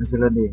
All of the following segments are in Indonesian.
Suludin.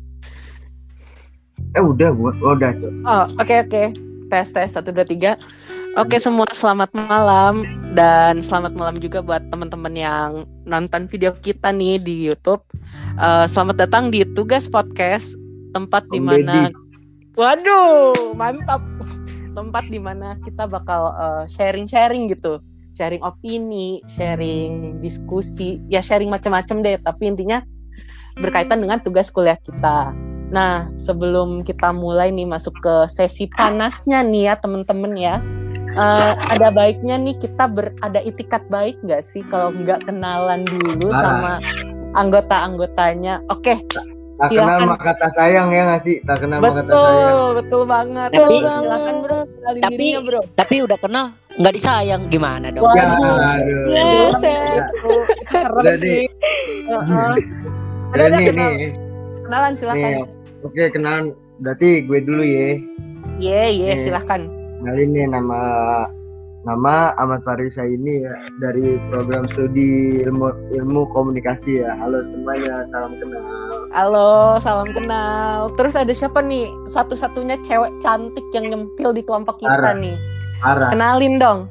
Udah, udah. Oh, oke. Tes 1 2 3. Oke, semua selamat malam dan selamat malam juga buat teman-teman yang nonton video kita nih di YouTube. Selamat datang di Tugas Podcast, tempat di mana waduh, mantap. Tempat di mana kita bakal sharing-sharing gitu. Sharing opini, sharing diskusi, ya sharing macam-macam deh, tapi intinya berkaitan dengan tugas kuliah kita. Nah, sebelum kita mulai nih masuk ke sesi panasnya nih ya teman-teman ya, ada baiknya nih kita ada itikat baik nggak sih kalau nggak kenalan dulu sama anggota-anggotanya? Oke, tak kenal maka kata sayang ya nggak sih? Tak kenal maka kata sayang. Betul banget. Silakan bro, kenalin dirinya bro. Tapi udah kenal nggak disayang gimana dong? Waduh, serem sih. Ada kenalan silakan. Oke, kenalan. Berarti gue dulu ya. Iya, silakan. Kenalin nih nama Ahmad Farisa ini ya, dari program studi ilmu komunikasi ya. Halo semuanya, salam kenal. Halo, salam kenal. Terus ada siapa nih? Satu-satunya cewek cantik yang nyempil di kelompok kita nih. Ara. Kenalin dong.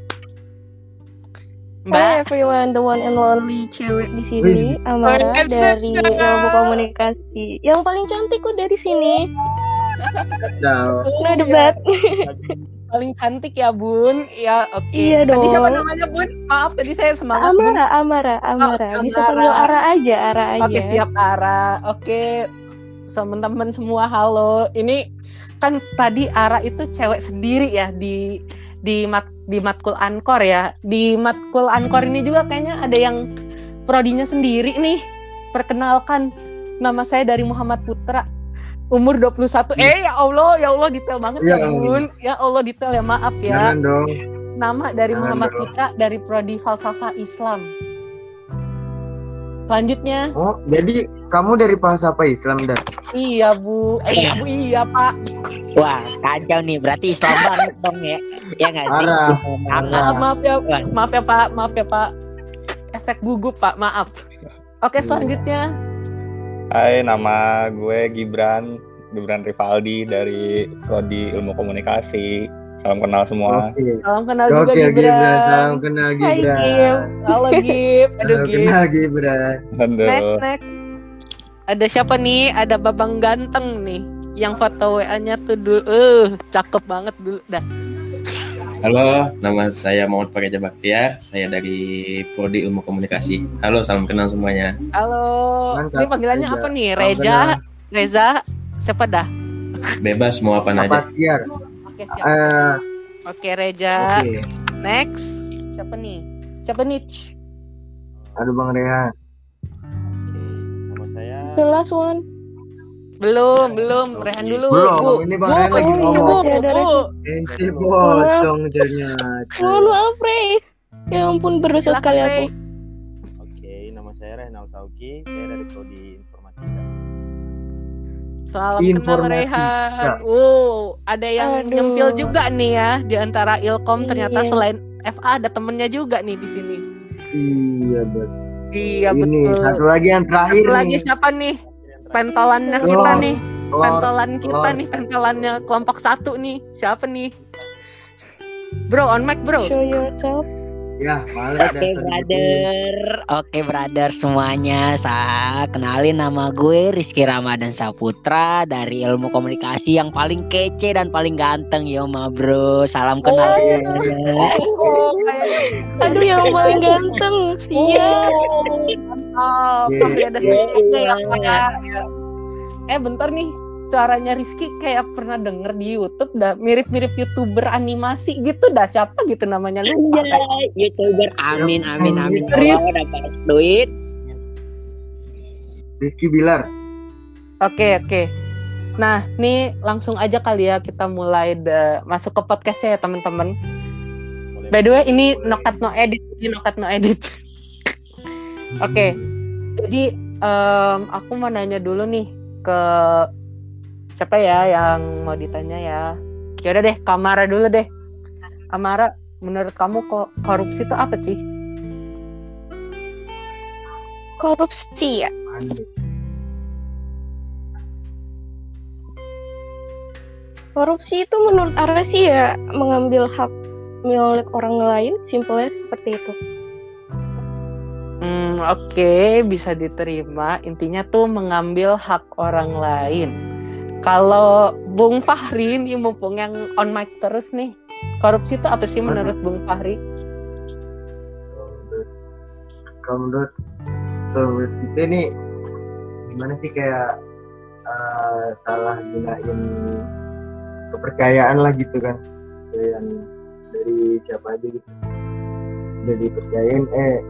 Hi everyone, the one and only cewek di sini, Amara dari ilmu komunikasi. Yang paling cantik kok dari sini. No debat. Paling cantik ya Bun. Ya oke. Iya dong. Tadi siapa namanya Bun? Maaf tadi saya semangat. Amara. Bisa panggil Ara aja. Oke, siap Ara. Oke. Teman-teman semua halo. Ini kan tadi Ara itu cewek sendiri ya di matkul Ankor ya. Di matkul Ankor ini juga kayaknya ada yang prodinya sendiri nih. Perkenalkan, nama saya dari Muhammad Putra. Umur 21. Ya Allah detail banget ya Bun. Ya Allah detail ya, maaf ya. Jangan dong. Nama dari Muhammad Putra dari prodi Falsafah Islam. Selanjutnya. Oh, jadi kamu dari Falsafah Islam dah? Iya Bu. Iya Pak. Wah, kacau nih. Berarti Islam banget dong ya. Ya nggak sih? Maaf ya Pak. Efek gugup Pak, maaf. Oke, selanjutnya. Hai, nama gue Gibran Rivaldi dari prodi Ilmu Komunikasi. Salam kenal semua. Salam kenal juga Gibran. Salam kenal Gibran. Halo Gib. Kenal Gibran. Next. Ada siapa nih? Ada Babang ganteng nih. Yang foto WA-nya tuh dulu. Cakep banget dulu dah. Halo, nama saya Muhammad Fareja Baktiar. Saya dari prodi Ilmu Komunikasi. Halo, salam kenal semuanya. Halo. Mantap, ini panggilannya Reza. apa nih? Reza. Siapa dah? Bebas mau apa aja. Oke, siap. Oke, Reza. Okay. Next. Siapa nih? Aduh Bang Rehan. Nama saya The last one. Belum. Rehan dulu. Belum. Ini Bang Rehan lagi ngomong. Bu. Ensi bocong ternyata. Maaf, Rey. Ya ampun, berdosa sekali aku. Oke, nama saya Rehnal Sauki. Saya dari prodi Informatika. Salam kenal Rehan. Ada yang nyempil juga nih ya di antara Ilkom. Ternyata selain FA ada temennya juga nih di sini. Iya betul. Ini satu lagi yang terakhir. Satu lagi siapa nih? Pentolannya kita nih. Pentolannya kelompok 1 nih. Siapa nih? Bro, on mic bro. Show yourself. Ya, males. Oke brother semuanya. Kenalin nama gue Rizky Ramadan Saputra dari Ilmu Komunikasi yang paling kece dan paling ganteng ya bro. Salam kenal. Aduh, yang paling ganteng. Siap. Ada sebetulnya ya. Bentar nih. Suaranya Rizky kayak pernah denger di YouTube dah, mirip-mirip YouTuber animasi gitu dah. Siapa gitu namanya, lupa saya. YouTuber. Amin. Dapat duit. Rizky Bilar. Oke. Nah, nih langsung aja kali ya kita mulai masuk ke podcastnya ya teman-teman. By the way, ini no cut no edit. Oke. Jadi aku mau nanya dulu nih ke siapa ya yang mau ditanya ya? Yaudah deh, Amara dulu deh. Amara, menurut kamu korupsi itu apa sih? Korupsi ya? Korupsi itu menurut Ara sih ya mengambil hak milik orang lain, simpelnya seperti itu. Oke, bisa diterima. Intinya tuh mengambil hak orang lain. Kalau Bung Fahri nih, mumpung yang on mic terus nih, korupsi itu apa sih menurut Bung Fahri? Kalau menurut kita ini gimana sih, kayak salah gunain kepercayaan lah gitu kan, yang dari siapa aja gitu, udah dipercayain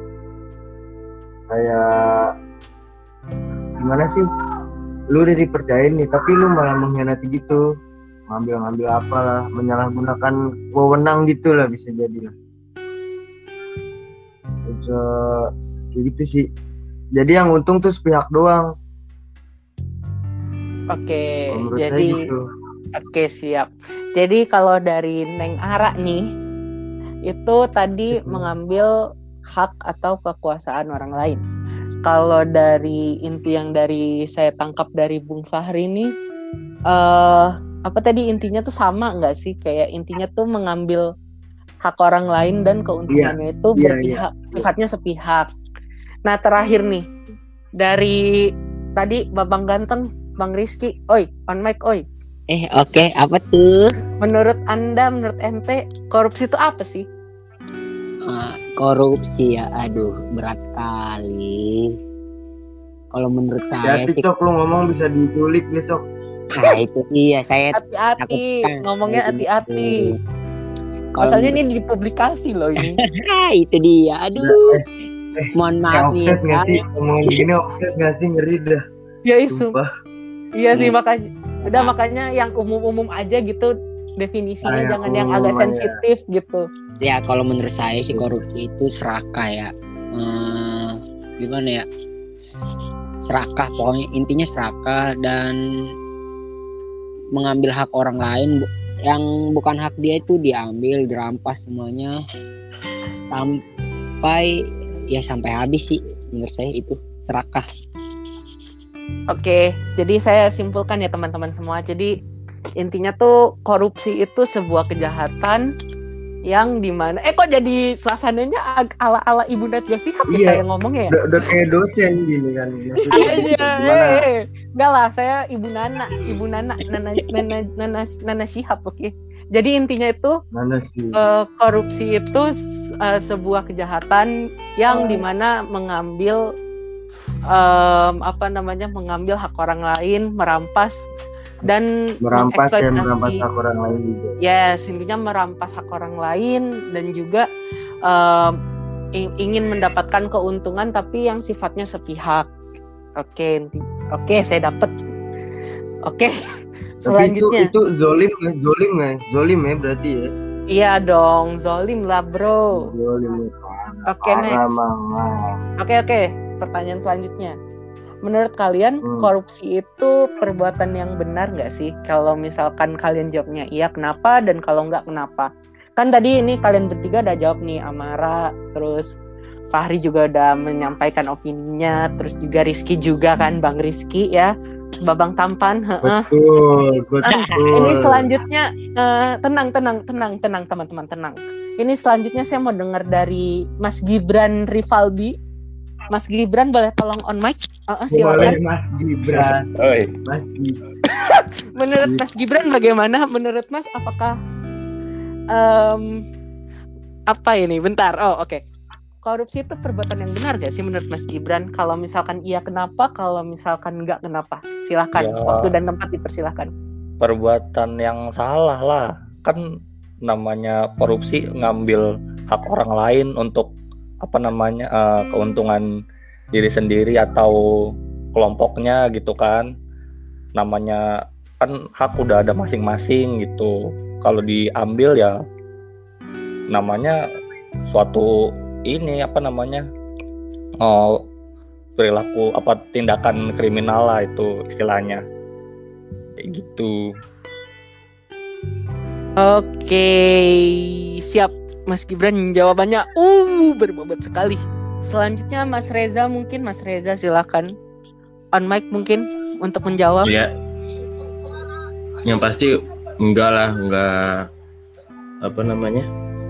kayak gimana sih, lu udah dipercayain nih tapi lu malah mengkhianati gitu, ngambil apalah, menyalahgunakan wewenang gitu lah, bisa jadi lah. Bisa kayak gitu sih. Jadi yang untung tuh sepihak doang. Oke, Menurut jadi saya gitu. Oke, siap. Jadi kalau dari Neng Ara nih, itu tadi mengambil hak atau kekuasaan orang lain. Kalau dari inti yang dari saya tangkap dari Bung Fahri ini, apa tadi intinya tuh sama nggak sih? Kayak intinya tuh mengambil hak orang lain dan keuntungannya itu berpihak, sifatnya sepihak. Nah terakhir nih, dari tadi Babang Ganteng, Bang Rizky, oi, on mic, oi. Oke, apa tuh? Menurut Anda, menurut ente, korupsi itu apa sih? Korupsi ya, aduh berat sekali. Kalau menurut saya sih, Cok, lu ngomong bisa diculik besok. nah itu iya, saya hati-hati, ngomongnya hati-hati. Kalau Masalahnya ini dipublikasi loh ini. itu dia, aduh. Mohon maaf nih. Offset nggak sih? Ngomongin gini offset nggak sih? Ngeri dah. Ya isu. Sumpah. Iya sih, makanya yang umum-umum aja gitu definisinya, jangan yang agak sensitif gitu. Ya kalau menurut saya sih korupsi itu serakah ya. Gimana ya? Serakah, pokoknya intinya serakah dan mengambil hak orang lain yang bukan hak dia itu diambil, dirampas semuanya sampai habis sih. Menurut saya itu serakah. Oke, jadi saya simpulkan ya teman-teman semua. Jadi intinya tuh korupsi itu sebuah kejahatan yang dimana kok jadi suasananya ala-ala Ibu Najwa Shihab ya saya ngomongnya ya? Udah kayak dosen gini kan. Enggak lah, saya Ibu Nana Shihab, oke. Jadi intinya itu korupsi itu sebuah kejahatan yang dimana mengambil mengambil hak orang lain, merampas hak orang lain juga. Yes, intinya merampas hak orang lain dan juga ingin mendapatkan keuntungan tapi yang sifatnya sepihak. Oke, saya dapat. Oke. Selanjutnya. Itu zolim ya berarti ya? Iya dong, zolim lah bro. Zolim. Oke, next. Oke. Pertanyaan selanjutnya. Menurut kalian korupsi itu perbuatan yang benar nggak sih? Kalau misalkan kalian jawabnya iya, kenapa? Dan kalau nggak, kenapa? Kan tadi ini kalian bertiga udah jawab nih, Amara, terus Fahri juga udah menyampaikan opininya, terus juga Rizky juga kan, Bang Rizky ya, Babang Tampan. Betul. Ini selanjutnya tenang teman-teman, tenang. Ini selanjutnya saya mau dengar dari Mas Gibran Rivaldi. Mas Gibran boleh tolong on mic? Silakan. Boleh Mas Gibran. Mas Gibran. Menurut Mas Gibran bagaimana? Menurut Mas apakah apa ini? Bentar. Oke. Korupsi itu perbuatan yang benar gak sih menurut Mas Gibran? Kalau misalkan iya, kenapa? Kalau misalkan enggak, kenapa? Silakan. Waktu dan tempat dipersilakan. Perbuatan yang salah lah. Kan namanya korupsi ngambil hak orang lain untuk keuntungan diri sendiri atau kelompoknya gitu kan. Namanya kan hak udah ada masing-masing gitu. Kalau diambil ya namanya suatu perilaku tindakan kriminal lah itu istilahnya. Kayak gitu. Oke, siap. Mas Gibran jawabannya berbobot sekali. Selanjutnya Mas Reza, mungkin Mas Reza silakan on mic mungkin untuk menjawab. Ya. Yang pasti Enggak lah, enggak apa namanya?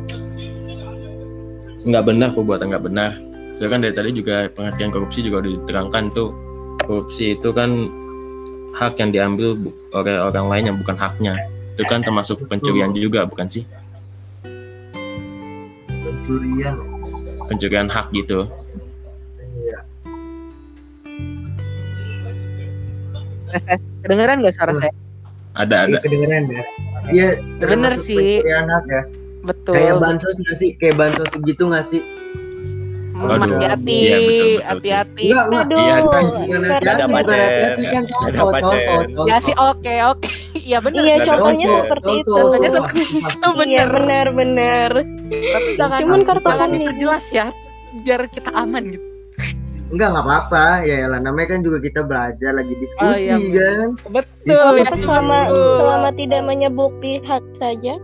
Enggak benar, perbuatan enggak benar. Saya kan dari tadi juga pengertian korupsi juga udah diterangkan tuh. Korupsi itu kan hak yang diambil oleh orang lain yang bukan haknya. Itu kan termasuk pencurian juga, bukan sih? Pencurian hak gitu. Iya. Kedengeran nggak suara saya? Ada. Kedengeran ya. Iya, Bener termasuk sih. pencurian hak ya. Betul. Kayak bansos nggak sih? Kayak bansos gitu nggak sih? Waduh. Hati-hati, Iya, betul, hati-hati. Enggak. Aduh. Iya, Bukan Ada hati-hati kan Ada contoh. Ya sih, oke. Iya benar. Iya, Contoh. contohnya seperti itu. Contohnya seperti itu Iya, bener. benar. Tapi jangan Cuman kartu jangan kuning. diperjelas ya, biar kita aman gitu. Enggak apa-apa. Ya lah, namanya kan juga kita belajar lagi diskusi Oh, iya, kan. Betul. Apa selama tidak menyebut pihak saja?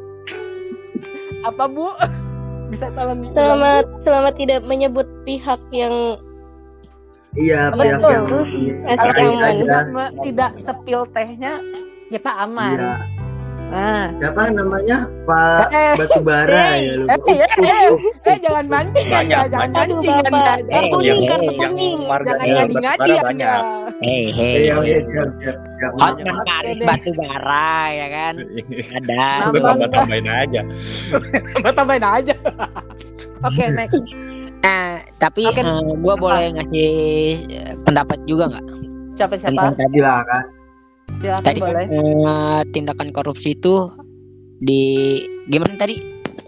Apa Bu? Bisa tolong diulang? Selama tidak menyebut pihak yang Iya, Betul. pihak yang Pihak Kalau yang aja. tidak sepil tehnya, kita aman. Iya. Nah, Siapa namanya? Pak Batubara ya. jangan mancing kan ya, jangan Aduh, mancing kan Bapak. ya. Kartu kuning, kartu yang kuning. marga Jangan Batubara ngadi-ngadi ya. banyak. Hei. Iya, siap. Hotman Oke Paris deh. Batubara ya kan? Ada. Gue Nambah. tambahin aja. Tambahin aja. Oke, next. Nah, tapi Oke. gue boleh ngasih pendapat juga nggak? Siapa? Tentang tadi. Silakan. Silakan Tadi boleh. tindakan korupsi itu gimana tadi?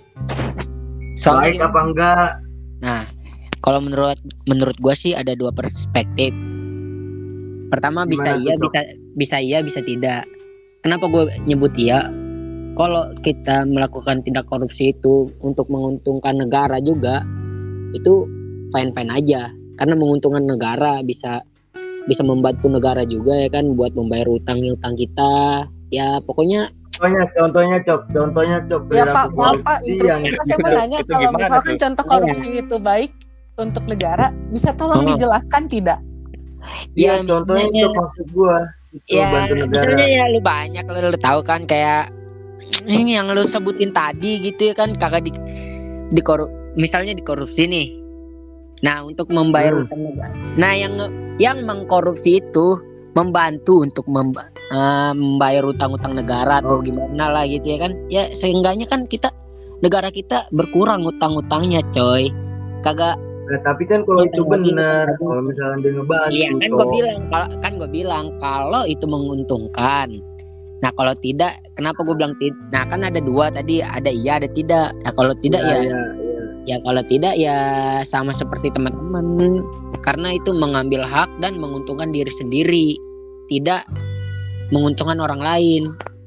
Soalnya Baik apa enggak? Nah, kalau menurut gue sih ada dua perspektif. Pertama bisa Gimana iya, tuh, Dok? bisa tidak. Kenapa gue nyebut iya? Kalau kita melakukan tindak korupsi itu untuk menguntungkan negara juga, itu fine aja. Karena menguntungkan negara bisa membantu negara juga ya kan, buat membayar utang kita. Ya pokoknya Contohnya cok. Ya Pak, perilaku maaf Pak, korupsi yang interupsi. Saya mau nanya, itu kalau gimana misalkan tuh? contoh korupsi itu baik untuk negara, bisa tolong dijelaskan tidak? Iya, ya contohnya misalnya- itu maksud gua. Itu ya bantu negara. misalnya ya lu banyak lu tahu kan, kayak ini yang lu sebutin tadi gitu ya kan, kagak misalnya dikorupsi nih. Nah, untuk membayar utang negara. Nah, yang mengkorupsi itu membantu untuk membayar utang-utang negara atau gimana lah gitu ya kan. Ya seenggaknya kan negara kita berkurang utang-utangnya, coy. Kagak. Nah, tapi kan kalau itu Utang lagi, benar, utang lagi. kalau misalnya dia ngebantu, Iya kan Cok. gue bilang kalau itu menguntungkan. Nah kalau tidak, kenapa gue bilang tidak? Nah kan ada dua tadi, ada iya ada tidak. Nah kalau tidak Iya. ya kalau tidak ya sama seperti teman-teman, karena itu mengambil hak dan menguntungkan diri sendiri, tidak menguntungkan orang lain.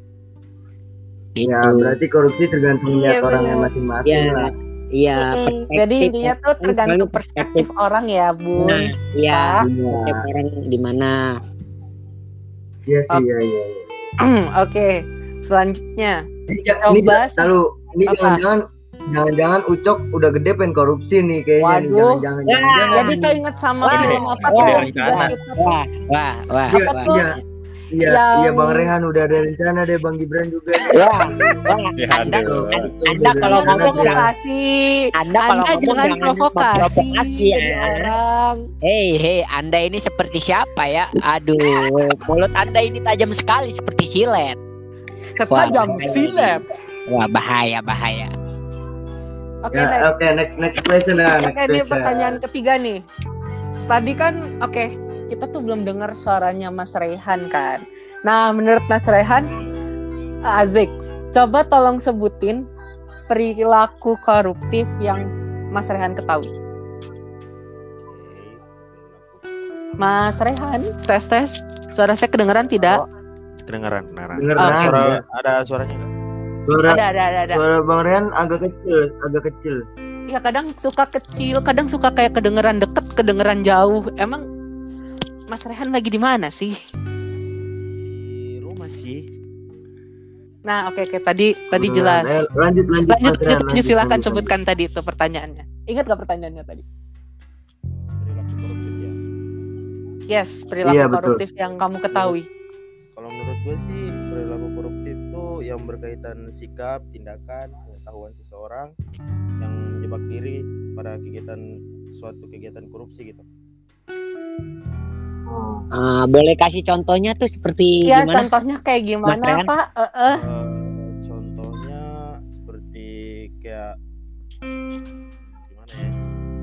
Gitu. Ya, berarti korupsi tergantung lihat Iya, orangnya benar. masing-masing lah. Iya. Jadi intinya tuh tergantung Misalnya perspektif orang ya, Bun. Nah, iya. Iya. Setiap orang di mana? Iya sih, iya. Oke, selanjutnya. Ini Coba sih. ini Apa? jangan Ucok udah gede pengen korupsi nih kayaknya nih. Waduh. Jangan. Jadi keinget sama Wah. film apa Wah. tuh? Rencana. Wah. Iya, Apa tuh? iya Yang- Bang Rehan udah ada rencana deh, Bang Gibran juga. Wah, Ya, Anda aduh. kalau Jangan ngomong aja. Provokasi. Anda kalau Anda ngomong jangan provokasi memprovokasi jadi ya. orang. Hei, Anda ini seperti siapa ya? Aduh, mulut Anda ini tajam sekali seperti silet. Ketajam Wah. silet. Wah, bahaya. Oke, Ya, next. oke, next question dah. Oke, ini pertanyaan ketiga nih. Tadi kan, kita tuh belum dengar suaranya Mas Rehan kan. Nah, menurut Mas Rehan, Azik, coba tolong sebutin perilaku koruptif yang Mas Rehan ketahui. Mas Rehan, tes. Suara saya kedengeran tidak? Kedengeran. Kedengeran. Ada suaranya nggak? Ada. Suara Bang Rehan agak kecil. Ya kadang suka kecil, kadang suka kayak kedengeran deket, kedengeran jauh. Emang Mas Rehan lagi di mana sih? Di rumah sih. Nah, oke, tadi jelas. Lanjut Mas Rehan, Lanjut, silakan lanjut. sebutkan tadi itu pertanyaannya. Ingat gak pertanyaannya tadi? Perilaku koruptif ya. Yes, perilaku Iya, betul. koruptif yang kamu ketahui. Kalau menurut gue sih perilaku koruptif tuh yang berkaitan sikap, tindakan, pengetahuan seseorang yang menjebak diri pada suatu kegiatan korupsi gitu. Boleh kasih contohnya tuh seperti Iya, gimana? contohnya kayak gimana, Mas Rehan? Pak? Contohnya seperti kayak gimana ya?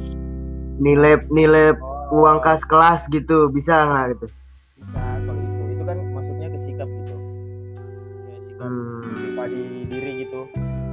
Nilai uang kas kelas gitu, bisa nggak gitu? Bisa kalau itu kan maksudnya ke sikap gitu. Kayak sikap pribadi diri gitu.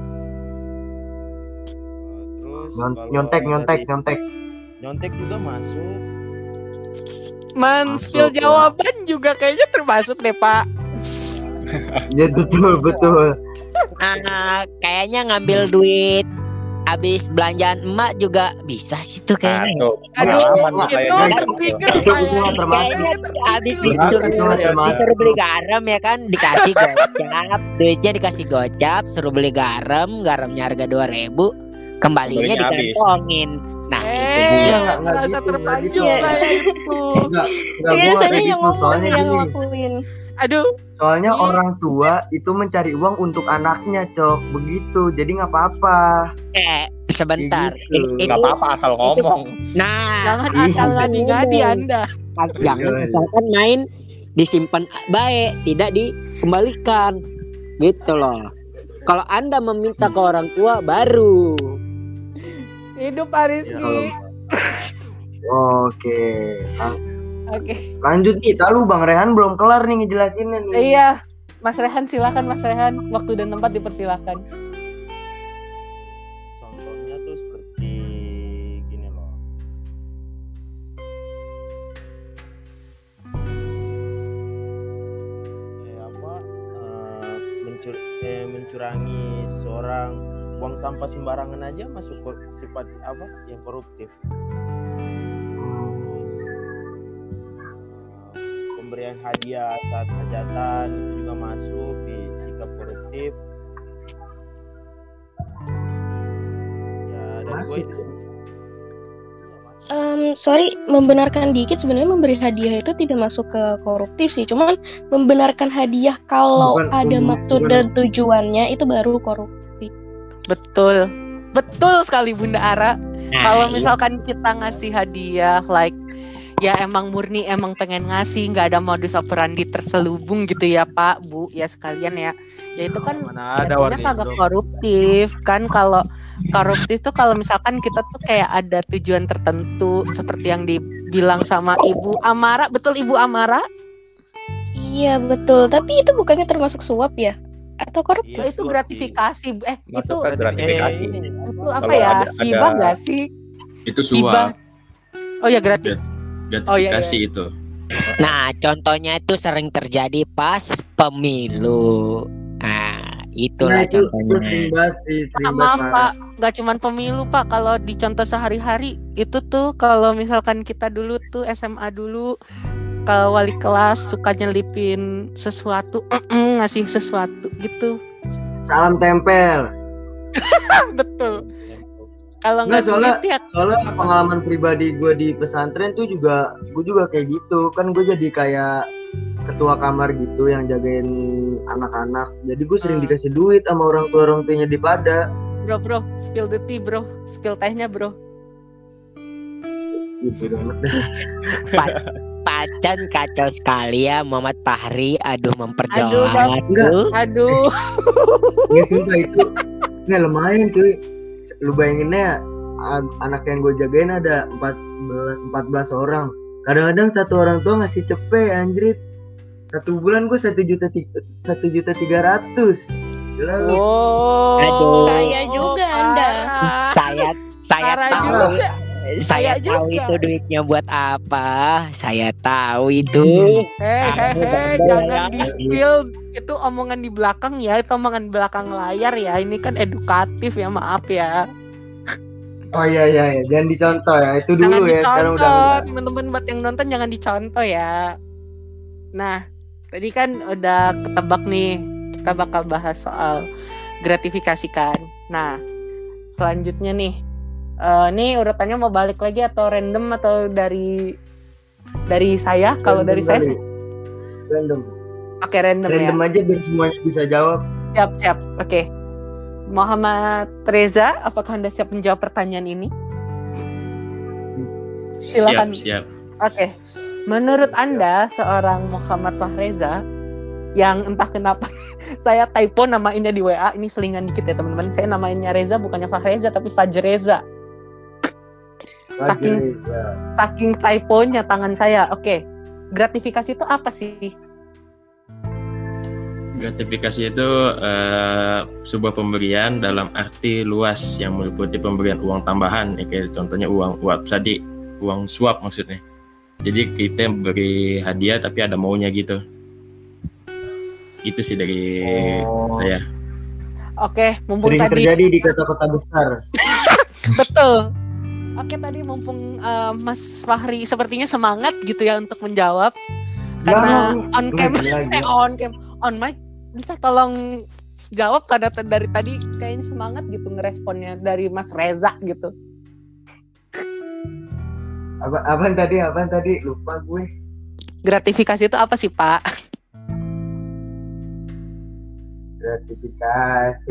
Terus kalau Nyontek. nyontek juga masuk. Men-spill Masuk, ya. jawaban juga kayaknya termasuk deh, Pak. Ya betul. Kayaknya ngambil duit habis belanjaan emak juga bisa sih tuh kayaknya. Aduh, Pengalaman itu kayaknya. terpikir Itu saya. nggak termasuk. Kayaknya habis Itu disuruh beli garam ya kan, dikasih gocap, duitnya dikasih gocap, suruh beli garamnya harga 2.000, kembalinya Kembalinya habis. dikantongin. Nah, itu dia. Nggak Merasa gitu, terpanggil nggak gitu. saya itu. Enggak gua Biasanya nggak kayak yang gitu. ngomong Soalnya yang gini. ngelakuin. Aduh, Soalnya orang tua itu mencari uang untuk anaknya, Cok. Begitu. Jadi nggak apa-apa. Sebentar. Gitu. Nggak apa-apa asal ngomong. Nah, jangan asal ngadi-ngadi Anda. jangan misalkan main disimpan baik, tidak dikembalikan. Gitu loh. Kalau Anda meminta ke orang tua baru. Hidup Pak Rizky. Oke. Oke. Lanjut nih. Lalu Bang Rehan belum kelar nih ngejelasinnya nih. Iya, Mas Rehan silakan Mas Rehan. Waktu dan tempat dipersilakan. Contohnya tuh seperti gini loh. Mencurangi seseorang, buang sampah sembarangan aja masuk sifat yang koruptif. Pemberian hadiah saat hajatan itu juga masuk di sikap koruptif. Ya, dan gue itu sih. Sorry, membenarkan dikit, sebenarnya memberi hadiah itu tidak masuk ke koruptif sih, cuman membenarkan hadiah kalau ada maksud dan tujuannya itu baru koruptif. Betul. Betul sekali Bunda Ara. Nah, Kalau misalkan kita ngasih hadiah like ya emang murni emang pengen ngasih, nggak ada modus operandi terselubung gitu ya Pak, Bu, ya sekalian ya. Ya itu kan Mana ada jatuhnya warga kagak Indo. koruptif kan. Kalau koruptif tuh kalau misalkan kita tuh kayak ada tujuan tertentu seperti yang dibilang sama Ibu Amara, betul Ibu Amara? Iya betul, tapi itu bukannya termasuk suap ya? Atau koruptif? Iya, Itu suap, gratifikasi. Itu Masuk ke gratifikasi. itu apa Kalau ya? ada- Hibah nggak sih? Itu Hibah. suap, Oh ya gratis. gratifikasi iya. itu. Nah, contohnya itu sering terjadi pas pemilu. Nah, itulah itu contohnya. sering banget sih, Maaf Pak, nggak cuman pemilu Pak. Kalau dicontoh sehari-hari itu tuh kalau misalkan kita dulu tuh SMA dulu ke wali kelas suka nyelipin sesuatu, ngasih sesuatu gitu. Salam tempel. Betul. Kalau Nggak, nggak duit ya Soalnya pengalaman pribadi gue di pesantren tuh gue juga kayak gitu. Kan gue jadi kayak ketua kamar gitu yang jagain anak-anak. Jadi gue sering dikasih duit sama orang tuanya di Pada. bro, spill the tea bro, spill tehnya bro. Gitu banget. Pacan kacau sekali ya Muhammad Fahri. Aduh, memperjelas. Enggak. Aduh, Nggak, sumpah itu nggak lumayan cuy. Lu bayanginnya anak yang gue jagain ada 14 orang. Kadang-kadang satu orang tua ngasih cepet anjrit. 1 bulan gue 1.300.000. Gila lu. oh, Aduh. Kaya juga Anda. parah. Saya Parah tahu. juga. Saya Saya tahu juga. itu duitnya buat apa. Saya tahu itu. Hei, jangan di spill. Itu omongan di belakang ya, itu omongan belakang layar ya. Ini kan edukatif ya, maaf ya. Oh iya, jangan dicontoh ya. Itu dulu Jangan ya. Sekarang dicontoh, udah. teman-teman buat yang nonton jangan dicontoh ya. Nah, tadi kan udah ketebak nih, kita bakal bahas soal gratifikasi kan. Nah, selanjutnya nih, nih urutannya mau balik lagi atau random atau dari saya? Kalau dari saya sih, Random. pakai random ya. Random aja biar semuanya bisa jawab. Siap. Oke. Muhammad Reza, apakah Anda siap menjawab pertanyaan ini? Silakan. Siap. Oke. Menurut Anda, seorang Muhammad Fahreza yang entah kenapa saya typo namainnya di WA, ini selingan dikit ya teman-teman. Saya namainnya Reza bukannya Fahreza tapi Fajreza. Saking typonya tangan saya. Oke. Gratifikasi itu apa sih? Gratifikasi itu sebuah pemberian dalam arti luas yang meliputi pemberian uang tambahan, kayak contohnya uang tadi, uang suap maksudnya. Jadi kita beri hadiah tapi ada maunya gitu. Gitu sih dari saya. Oke, mumpung Sering tadi terjadi di kota-kota besar. betul. Oke, tadi mumpung Mas Fahri sepertinya semangat gitu ya untuk menjawab. Karena on mic bisa tolong jawab karena dari tadi kayaknya semangat gitu ngeresponnya dari Mas Reza gitu. Apaan tadi? Lupa gue. Gratifikasi itu apa sih, Pak? Gratifikasi.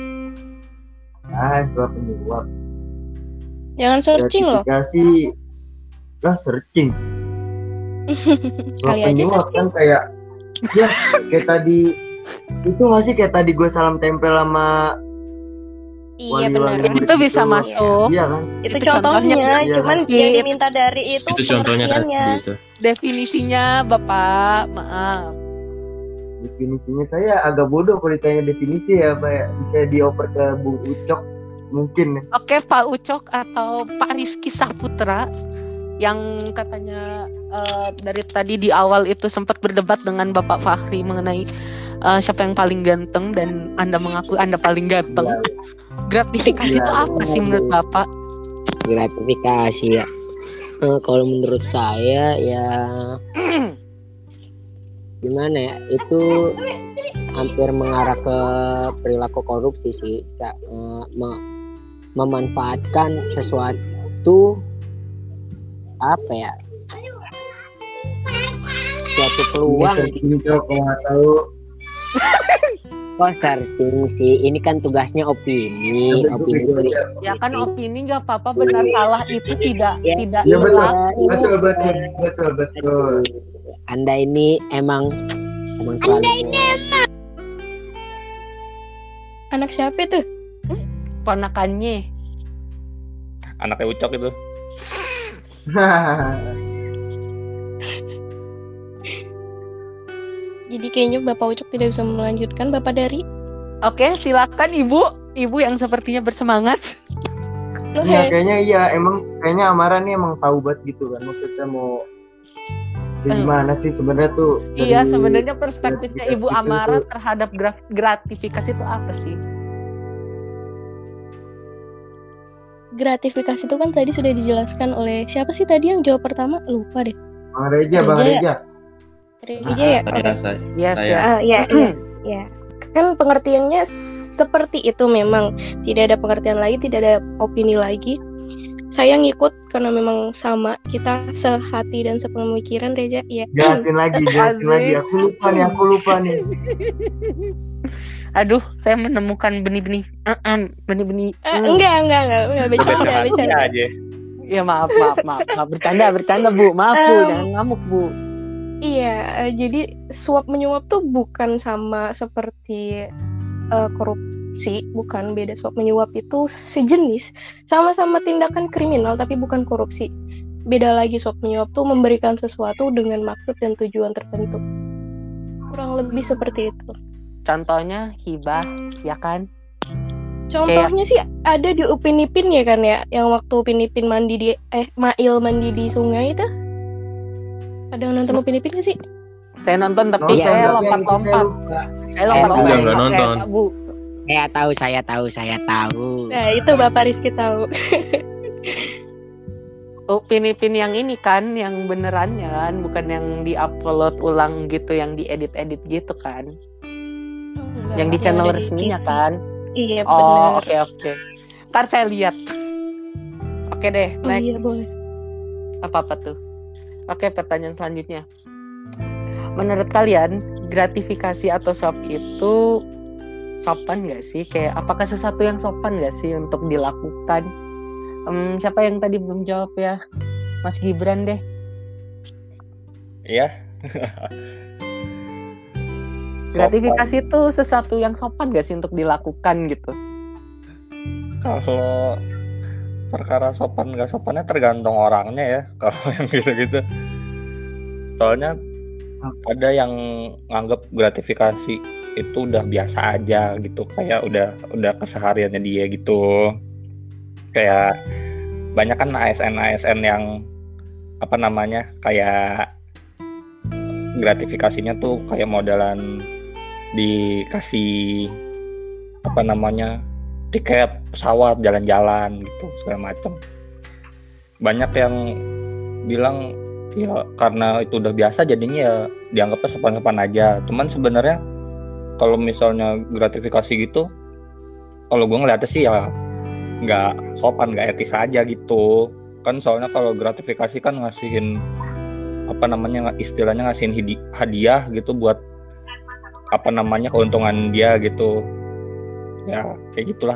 Suap menyuap. Jangan searching loh. Gratifikasi. Lah searching. Suap Kali aja menyuap searching. kan kayak tadi itu nggak sih kayak tadi gue salam tempel sama Iya wali-wali benar. murid Itu bisa gitu. masuk. Iya kan? Itu Itu contohnya, contohnya. cuman Iya. yang diminta dari itu Contohnya tadi pengertiannya. gitu. Definisinya, Bapak, maaf. Definisinya saya agak bodoh kalau ditanya definisi ya, Pak ya. Bisa dioper ke Bung Ucok mungkin. Oke, Pak Ucok atau Pak Rizky Saputra yang katanya dari tadi di awal itu sempat berdebat dengan Bapak Fahri mengenai siapa yang paling ganteng dan Anda mengaku Anda paling ganteng. Iya. Gratifikasi itu apa sih menurut Bapak? Gratifikasi ya. Kalau menurut saya ya gimana ya, itu hampir mengarah ke perilaku korupsi sih. Memanfaatkan sesuatu apa ya, suatu peluang. Ini kalau nggak tahu. Kok searching sih? Ini kan tugasnya opini. Ya kan opini nggak apa-apa, benar salah itu tidak Iya berlaku. betul. Anda ini emang selalu Anak siapa tuh? Ponakannya. Anaknya Ucok itu. Jadi kayaknya Bapak Ucok tidak bisa melanjutkan, Bapak Dari. Oke, silakan Ibu yang sepertinya bersemangat. Loh, Nah, kayaknya Amara nih emang tahu banget gitu kan, maksudnya mau gimana sih sebenarnya tuh. Iya, dari sebenarnya perspektifnya Ibu gratifikasi Amara itu. terhadap gratifikasi itu apa sih? gratifikasi itu kan tadi sudah dijelaskan oleh siapa sih tadi yang jawab pertama? Lupa deh. Bang Reja. Rija ya? Saya. Yes, Saya. yes. Iya. Kan pengertiannya seperti itu memang. Tidak ada pengertian lagi, tidak ada opini lagi. Saya ngikut karena memang sama, kita sehati dan sepemikiran, Reja. Ya. Jelasin lagi. Aku lupa nih. Aduh, saya menemukan benih-benih. Enggak, bercanda. aja. Ya maaf, bercanda Bu, maaf Bu, jangan ngamuk Bu. Iya, jadi suap menyuap tuh bukan sama seperti korupsi, bukan, beda. Suap menyuap itu sejenis, sama-sama tindakan kriminal tapi bukan korupsi. Beda lagi, suap menyuap tuh memberikan sesuatu dengan maksud dan tujuan tertentu. Kurang lebih seperti itu. Contohnya hibah, ya kan? Contohnya sih ada di Upin Ipin ya kan ya, yang waktu Upin Ipin Mail mandi di sungai itu. Ada yang nonton Upin Ipin gak sih? Saya nonton tapi Iya, saya tapi lompat-lompat. Saya Enggak lompat-lompat. nonton. Bu. Saya tahu. Nah itu Bapak Rizky tahu. Upin Ipin yang ini kan, yang benerannya kan, bukan yang di-upload ulang gitu, yang diedit-edit gitu kan. Yang di channel ada di resminya TV. kan. Iya Oh, benar. oke. Ntar saya lihat. Oke deh, Oh next. iya boleh. Apa tuh? Oke, pertanyaan selanjutnya. Menurut kalian, gratifikasi atau suap itu sopan nggak sih? Kayak apakah sesuatu yang sopan nggak sih untuk dilakukan? Siapa yang tadi belum jawab ya? Mas Gibran deh. Iya. Gratifikasi itu sesuatu yang sopan nggak sih untuk dilakukan gitu? Kalau perkara sopan nggak sopannya tergantung orangnya ya. Kalau yang gitu-gitu. Soalnya ada yang nganggap gratifikasi itu udah biasa aja gitu, kayak udah kesehariannya dia gitu. Kayak banyak kan ASN yang apa namanya, kayak gratifikasinya tuh kayak modelan dikasih apa namanya, tiket pesawat, jalan-jalan gitu segala macam. Banyak yang bilang ya karena itu udah biasa jadinya ya dianggapnya sopan-sopan aja. Cuman sebenarnya kalau misalnya gratifikasi gitu, kalau gue ngeliatnya sih ya nggak sopan, nggak etis aja gitu kan. Soalnya kalau gratifikasi kan ngasihin apa namanya, istilahnya ngasihin hadiah gitu buat apa namanya, keuntungan dia gitu ya, kayak gitulah.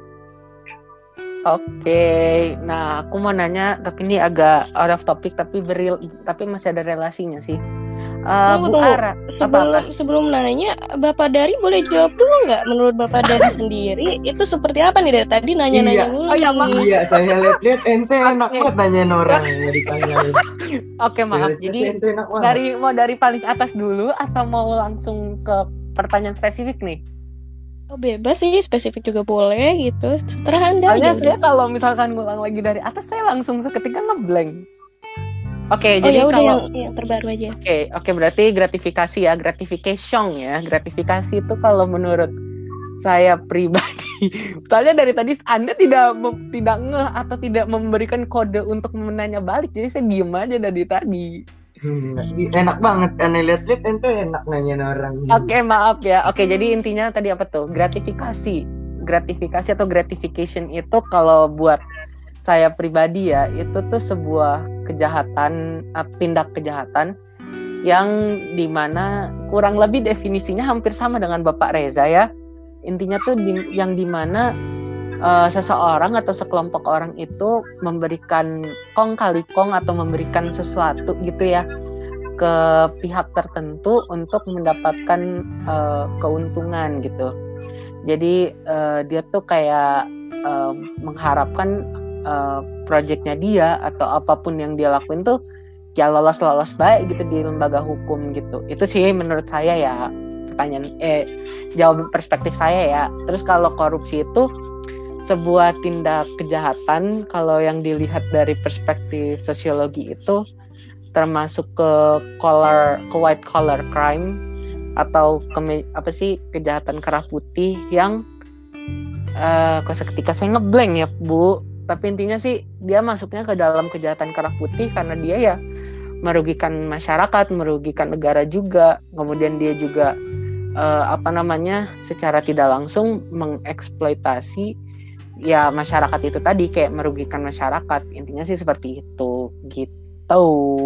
Oke, nah aku mau nanya, tapi ini agak out of topic tapi masih ada relasinya sih. Bu Ara, sebelum nanya, Bapak Dari boleh jawab dulu nggak? Menurut Bapak Dari sendiri itu seperti apa nih? Dari tadi nanya-nanya mulu. Iya, saya lihat ente enak banget nanyain orang yang ditanyain. Oke, maaf. Jadi dari paling atas dulu atau mau langsung ke pertanyaan spesifik nih? Oh, bebas sih, spesifik juga boleh gitu. Terserah Anda. Soalnya saya kalau misalkan ngulang lagi dari atas, saya langsung seketika ngeblank. Oke, jadi kalau yang terbaru aja. Oke, berarti gratifikasi ya, gratification ya. Gratifikasi itu kalau menurut saya pribadi, soalnya dari tadi Anda tidak ngeh atau tidak memberikan kode untuk menanya balik, jadi saya diem aja dari tadi. Enak banget, aneh lihat-lihat ente enak nanyain orang. Oke, maaf ya. Oke, jadi intinya tadi apa tuh? Gratifikasi atau gratification itu kalau buat saya pribadi ya, itu tuh sebuah kejahatan, tindak kejahatan yang dimana kurang lebih definisinya hampir sama dengan Bapak Reza ya. Intinya tuh yang dimana seseorang atau sekelompok orang itu memberikan kong kali kong atau memberikan sesuatu gitu ya ke pihak tertentu untuk mendapatkan keuntungan gitu. Jadi dia tuh kayak mengharapkan proyeknya dia atau apapun yang dia lakuin tuh ya lolos baik gitu di lembaga hukum gitu. Itu sih menurut saya ya, jawaban perspektif saya ya. Terus kalau korupsi itu sebuah tindak kejahatan, kalau yang dilihat dari perspektif sosiologi itu termasuk ke white collar crime atau kejahatan kerah putih yang seketika saya ngeblank ya Bu. Tapi intinya sih dia masuknya ke dalam kejahatan kerah putih karena dia ya merugikan masyarakat, merugikan negara juga. Kemudian dia juga secara tidak langsung mengeksploitasi ya masyarakat itu tadi, kayak merugikan masyarakat. Intinya sih seperti itu gitu.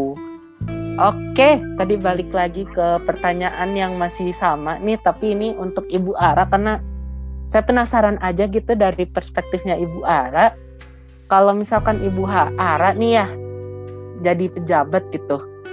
Oke, tadi balik lagi ke pertanyaan yang masih sama nih, tapi ini untuk Ibu Ara karena saya penasaran aja gitu dari perspektifnya Ibu Ara. Kalau misalkan Ibu Ara nih ya jadi pejabat gitu,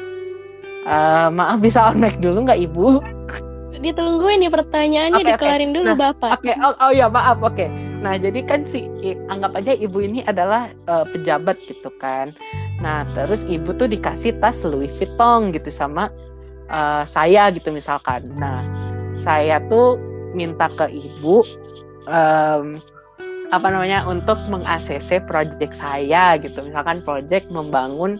maaf bisa on mic dulu nggak Ibu? Ditungguin nih pertanyaannya, dikelarin dulu Bapak. Oke. Oh ya maaf. Oke. Nah jadi kan anggap aja Ibu ini adalah pejabat gitu kan. Nah terus Ibu tuh dikasih tas Louis Vuitton gitu sama saya gitu misalkan. Nah saya tuh minta ke Ibu untuk meng-ACC proyek saya gitu. Misalkan proyek membangun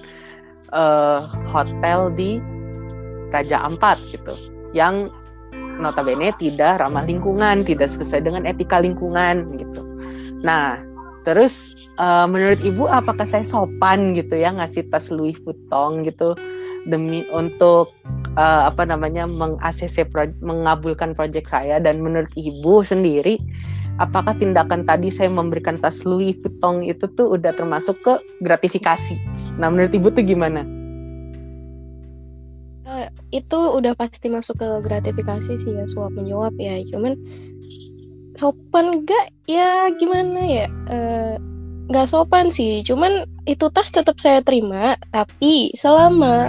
hotel di Raja Ampat gitu, yang notabene tidak ramah lingkungan, tidak sesuai dengan etika lingkungan gitu. Nah, terus menurut Ibu apakah saya sopan gitu ya ngasih tas Louis Vuitton gitu demi untuk mengabulkan proyek saya? Dan menurut Ibu sendiri, apakah tindakan tadi saya memberikan tas Louis Vuitton itu tuh udah termasuk ke gratifikasi? Nah, menurut Ibu tuh gimana? Itu udah pasti masuk ke gratifikasi sih ya, suap menyuap ya. Cuman sopan gak ya gimana ya, nggak sopan sih, cuman itu tas tetap saya terima, tapi selama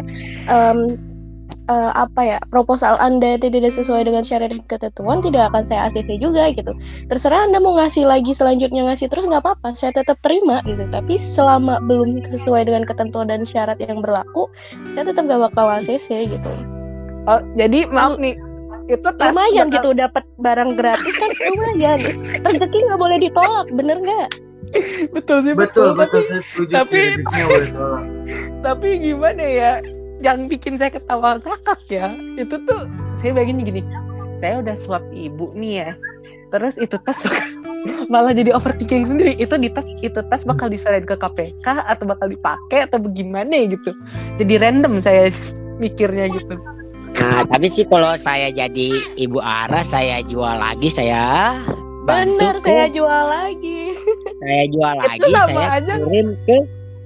proposal Anda tidak sesuai dengan syarat dan ketentuan, tidak akan saya ACC juga gitu. Terserah Anda mau ngasih lagi selanjutnya, ngasih terus nggak apa-apa, saya tetap terima gitu. Tapi selama belum sesuai dengan ketentuan dan syarat yang berlaku, saya tetap gak bakal ACC gitu. Oh, jadi maaf nih, itu tas lumayan gitu, dapat barang gratis kan lumayan. Rezeki nggak boleh ditolak, bener nggak? Betul sih, Betul, tapi saya setuju tapi- sih, rezeki nggak boleh tolak. tapi gimana ya, yang bikin saya ketawa ngakak ya, itu tuh saya bayangin gini, saya udah suap ibu nih ya, terus itu tas malah jadi overthinking sendiri, itu tas bakal diserahin ke KPK atau bakal dipakai atau bagaimana gitu, jadi random saya mikirnya gitu. Nah, tapi sih kalau saya jadi Ibu Ara, saya jual lagi, saya bantu Bener, tuh. saya jual lagi. Saya jual Itu lagi, sama saya aja. kirim ke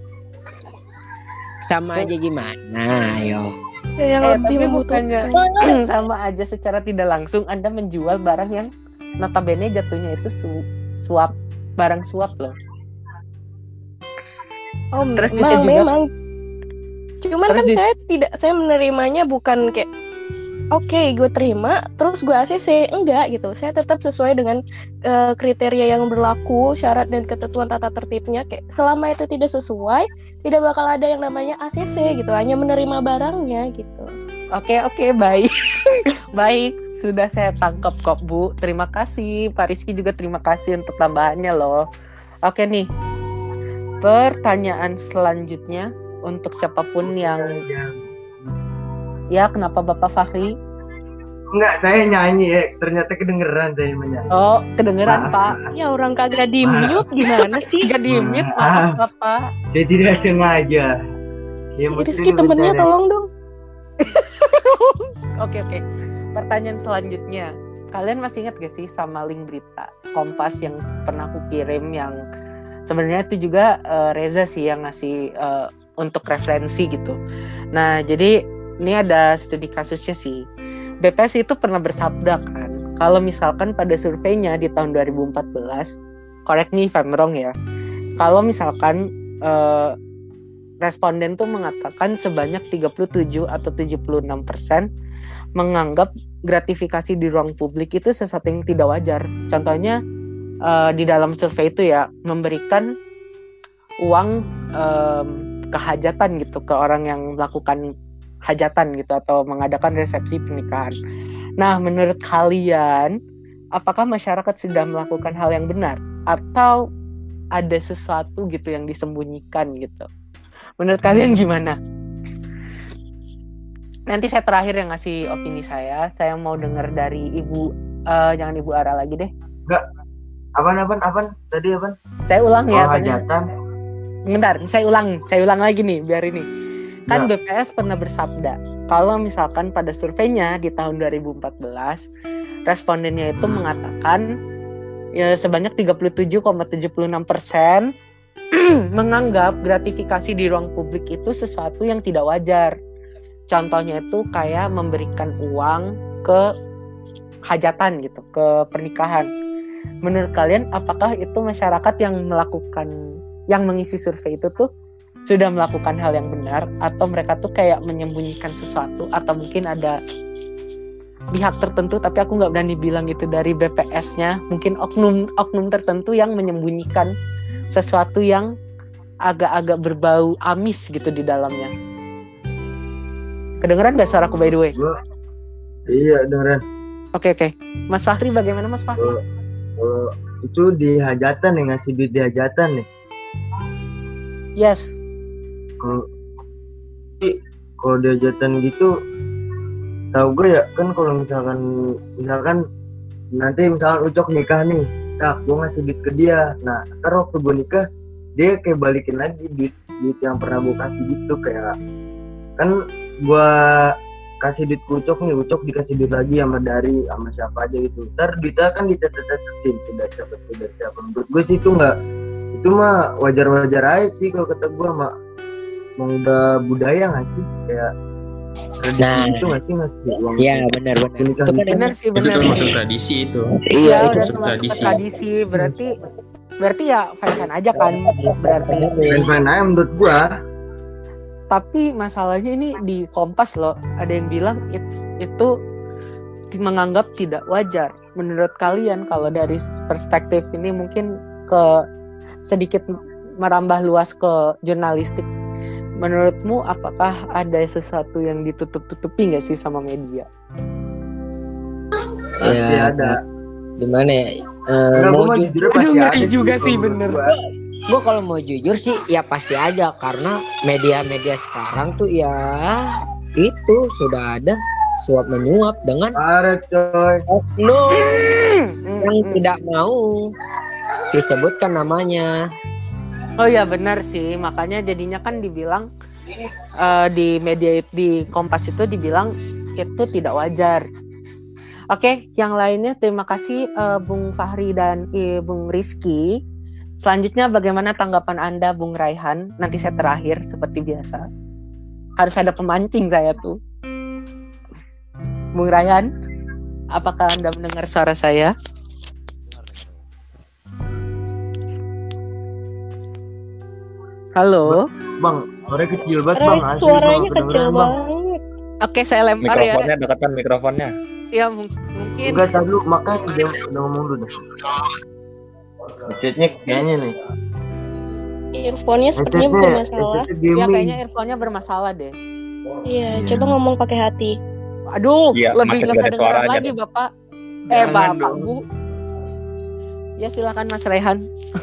sama aja gimana, ayo. Yang lebih Tapi membutuhkan. bukannya sama aja secara tidak langsung Anda menjual barang yang notabene jatuhnya itu suap, barang suap loh. Oh, Terus duitnya juga- memang. Cuman Terus kan saya menerimanya bukan kayak oke, gue terima, terus gue ACC, enggak gitu. Saya tetap sesuai dengan kriteria yang berlaku, syarat dan ketentuan tata tertibnya. Kayak selama itu tidak sesuai, tidak bakal ada yang namanya ACC gitu. Hanya menerima barangnya gitu. Oke, baik. Baik, sudah saya tangkap kok, Bu. Terima kasih. Pak Rizky juga terima kasih untuk tambahannya loh. Oke nih. Pertanyaan selanjutnya untuk siapapun yang ya, kenapa Bapak Fahri? Enggak, saya nyanyi ya, ternyata kedengeran saya menyanyi. Oh, kedengeran, Pak. Ya orang kagak di mute gimana sih? Gak di-mute, maaf, Bapak. Saya tidak sengaja. Ya, Rizky temennya tolong dong. Oke. Pertanyaan selanjutnya. Kalian masih ingat gak sih sama link berita Kompas yang pernah aku kirim, yang sebenarnya itu juga Reza sih yang ngasih untuk referensi gitu. Nah, jadi ini ada studi kasusnya sih. BPS itu pernah bersabda kan, kalau misalkan pada surveinya di tahun 2014, correct me if I'm wrong ya, kalau misalkan responden tuh mengatakan sebanyak 37 atau 76% menganggap gratifikasi di ruang publik itu sesuatu yang tidak wajar. Contohnya di dalam survei itu ya, memberikan uang kehajatan gitu ke orang yang melakukan hajatan gitu atau mengadakan resepsi pernikahan. Nah, menurut kalian, apakah masyarakat sudah melakukan hal yang benar atau ada sesuatu gitu yang disembunyikan gitu? Menurut kalian gimana? Nanti saya terakhir yang ngasih opini saya. Saya mau dengar dari Ibu, jangan Ibu Ara lagi deh. Enggak. Apaan? Tadi apaan? Saya ulang ya. Hajatan. Bentar, saya ulang lagi nih, biar ini. Kan BPS pernah bersabda, kalau misalkan pada surveinya di tahun 2014, respondennya itu mengatakan ya sebanyak 37,76% menganggap gratifikasi di ruang publik itu sesuatu yang tidak wajar. Contohnya itu kayak memberikan uang ke hajatan gitu, ke pernikahan. Menurut kalian, apakah itu masyarakat yang mengisi survei itu tuh sudah melakukan hal yang benar, atau mereka tuh kayak menyembunyikan sesuatu, atau mungkin ada pihak tertentu, tapi aku nggak berani bilang itu dari BPS-nya, mungkin oknum tertentu yang menyembunyikan sesuatu yang agak-agak berbau amis gitu di dalamnya. Kedengeran nggak suaraku by the way? Iya, dengeran. Oke. Mas Fahri, bagaimana Mas Fahri? Itu di hajatan nih, ngasih duit di hajatan nih. Yes. Kalau di hajatan gitu, tahu gue ya kan, kalau misalkan nanti misalkan Ucok nikah nih, gue ngasih duit ke dia. Nah, ntar waktu gue nikah, dia kayak balikin lagi duit yang pernah gue kasih gitu. Kayak kan gue kasih duit ke Ucok nih, Ucok dikasih duit lagi sama siapa aja gitu. Ntar duitnya kan dicatat-catatin tidak siapa. Menurut gue sih itu mah wajar-wajar aja sih kalau kata gue, mah udah budaya nggak sih, kayak tradisi itu nggak sih ngasih uang? Iya benar-benar. Nikah Itu kan gitu. Bener sih, Itu bener. termasuk tradisi itu. Iya Udah itu masuk termasuk ke tradisi. tradisi. Berarti ya fine-fine aja kan berarti. Fine-fine aja menurut gua. Tapi masalahnya ini di Kompas loh, ada yang bilang itu menganggap tidak wajar. Menurut kalian kalau dari perspektif ini mungkin ke sedikit merambah luas ke jurnalistik. Menurutmu apakah ada sesuatu yang ditutup-tutupi nggak sih sama media? Pasti Ya, ada. gimana ya? Enggak, Mau gua mah ju- jujur pasti Aduh, ngeri ada juga sih, menurut bener. gua. Gue kalau mau jujur sih ya pasti ada, karena media-media sekarang tuh ya itu sudah ada suap menyuap dengan Parah coy. oknum yang tidak mau disebutkan namanya. Oh ya benar sih, makanya jadinya kan dibilang di media di Kompas itu dibilang itu tidak wajar. Oke, yang lainnya terima kasih Bung Fahri dan Bung Rizky. Selanjutnya bagaimana tanggapan Anda Bung Raihan? Nanti saya terakhir seperti biasa. Harus ada pemancing saya tuh. Bung Raihan, apakah Anda mendengar suara saya? Halo. Bang, suaranya kecil banget Karena bang. Asli suaranya gua nggak kecil kedengeran, bang. banget. Oke, saya lempar ya. Mikrofonnya dekatan mikrofonnya. Ya mungkin. Enggak, tadi dulu makanya udah ngomong dulu deh. Headsetnya kayaknya nih. Earphone-nya sepertinya bermasalah. headsetnya Ya gaming. kayaknya earphone-nya bermasalah deh. Iya, coba ngomong pakai hati. Aduh, Iya, lebih makin nggak gak ada kedengeran suaranya lagi deh. Bapak. Jangan Bapak, dong. Bu. Ya silakan Mas Raihan.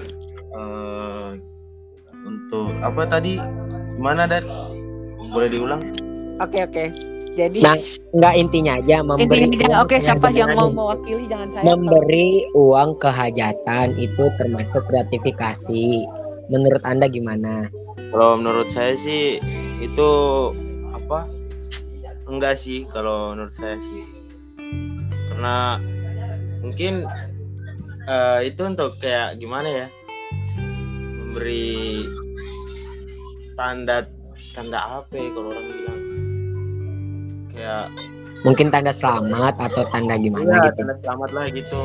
Untuk apa tadi? Gimana Dan? Boleh diulang? Oke. Jadi Nah, nggak intinya aja memberi intinya uang oke, siapa yang mau kehajatan. mewakili jangan saya. Memberi uang kehajatan itu termasuk gratifikasi. Menurut Anda gimana? Kalau menurut saya sih itu apa? Enggak sih kalau menurut saya sih. Karena mungkin itu untuk kayak gimana ya? Memberi tanda apa ya kalau orang bilang? Kayak Mungkin tanda selamat atau tanda gimana ya, gitu. tanda selamat lah gitu.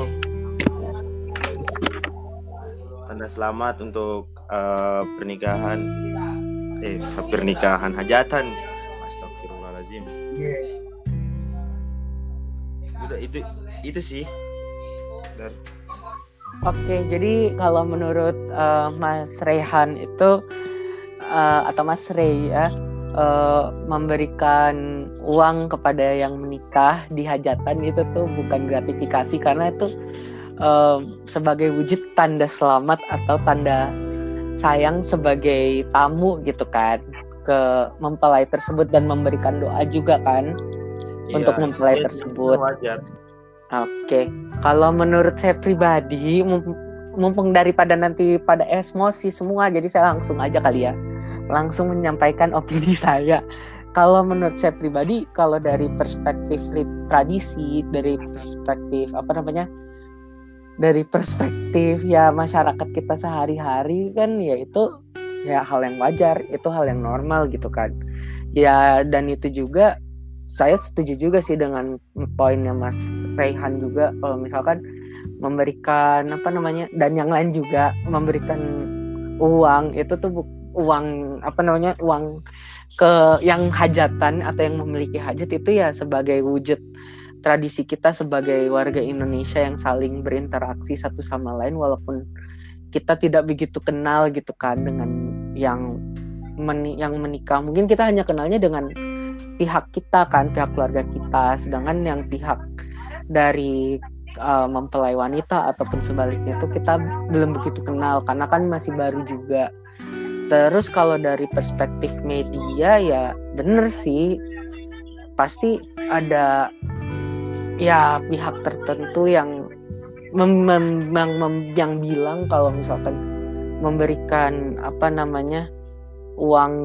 Tanda selamat untuk pernikahan hajatan. Astagfirullahaladzim. Udah itu sih. Dan Oke, jadi kalau menurut Mas Raihan itu atau Mas Rey ya, memberikan uang kepada yang menikah di hajatan itu tuh bukan gratifikasi, karena itu sebagai wujud tanda selamat atau tanda sayang sebagai tamu gitu kan ke mempelai tersebut, dan memberikan doa juga kan untuk mempelai tersebut. Wajar. Oke, kalau menurut saya pribadi, mumpung daripada nanti pada emosi semua, jadi saya langsung aja kali ya, langsung menyampaikan opini saya. Kalau menurut saya pribadi, kalau dari perspektif tradisi, dari perspektif dari perspektif ya masyarakat kita sehari-hari kan, ya itu ya hal yang wajar, itu hal yang normal gitu kan. Ya dan itu juga saya setuju juga sih dengan poinnya Mas Raihan juga, kalau misalkan memberikan dan yang lain juga memberikan uang itu tuh uang ke yang hajatan atau yang memiliki hajat itu ya sebagai wujud tradisi kita sebagai warga Indonesia yang saling berinteraksi satu sama lain, walaupun kita tidak begitu kenal gitu kan dengan yang menikah. Mungkin kita hanya kenalnya dengan pihak kita kan, pihak keluarga kita, sedangkan yang pihak dari mempelai wanita ataupun sebaliknya itu kita belum begitu kenal karena kan masih baru juga. Terus kalau dari perspektif media ya bener sih, pasti ada ya pihak tertentu yang yang bilang kalau misalkan memberikan uang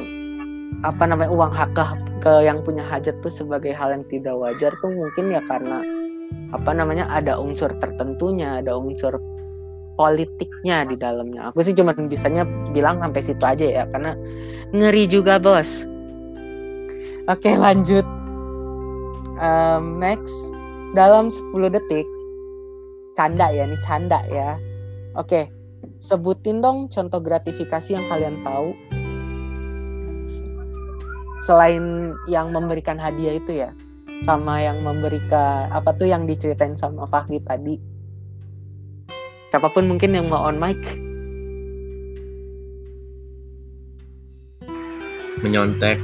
ke yang punya hajat tuh sebagai hal yang tidak wajar tuh mungkin ya karena ada unsur tertentunya, ada unsur politiknya di dalamnya. Aku sih cuma bisanya bilang sampai situ aja ya, karena ngeri juga bos. Oke, lanjut. Next, dalam 10 detik. Canda ya. Oke, sebutin dong contoh gratifikasi yang kalian tahu. Selain yang memberikan hadiah itu ya, sama yang memberikan apa tuh yang diceritain sama Fahmi tadi. Siapapun mungkin yang mau on mic. Menyontek.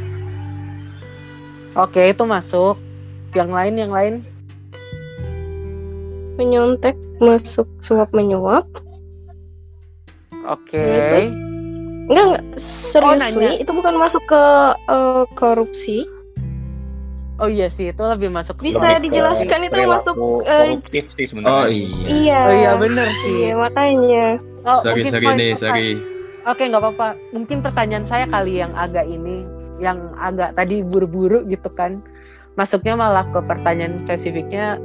Oke, itu masuk. Yang lain. Menyontek masuk suap menyuap. Oke. Seriously? Enggak, seriously, nanya. itu bukan masuk ke korupsi. Oh iya sih, itu lebih masuk ke Bisa Lebih ke dijelaskan itu perilaku masuk, koruptif sih sebenarnya. Oh iya. Iya. Oh iya bener sih. Iya, makanya. Oh, Sorry mungkin sorry. Oke, nggak apa-apa. Mungkin pertanyaan saya kali yang agak agak tadi buru-buru gitu kan. Masuknya malah ke pertanyaan spesifiknya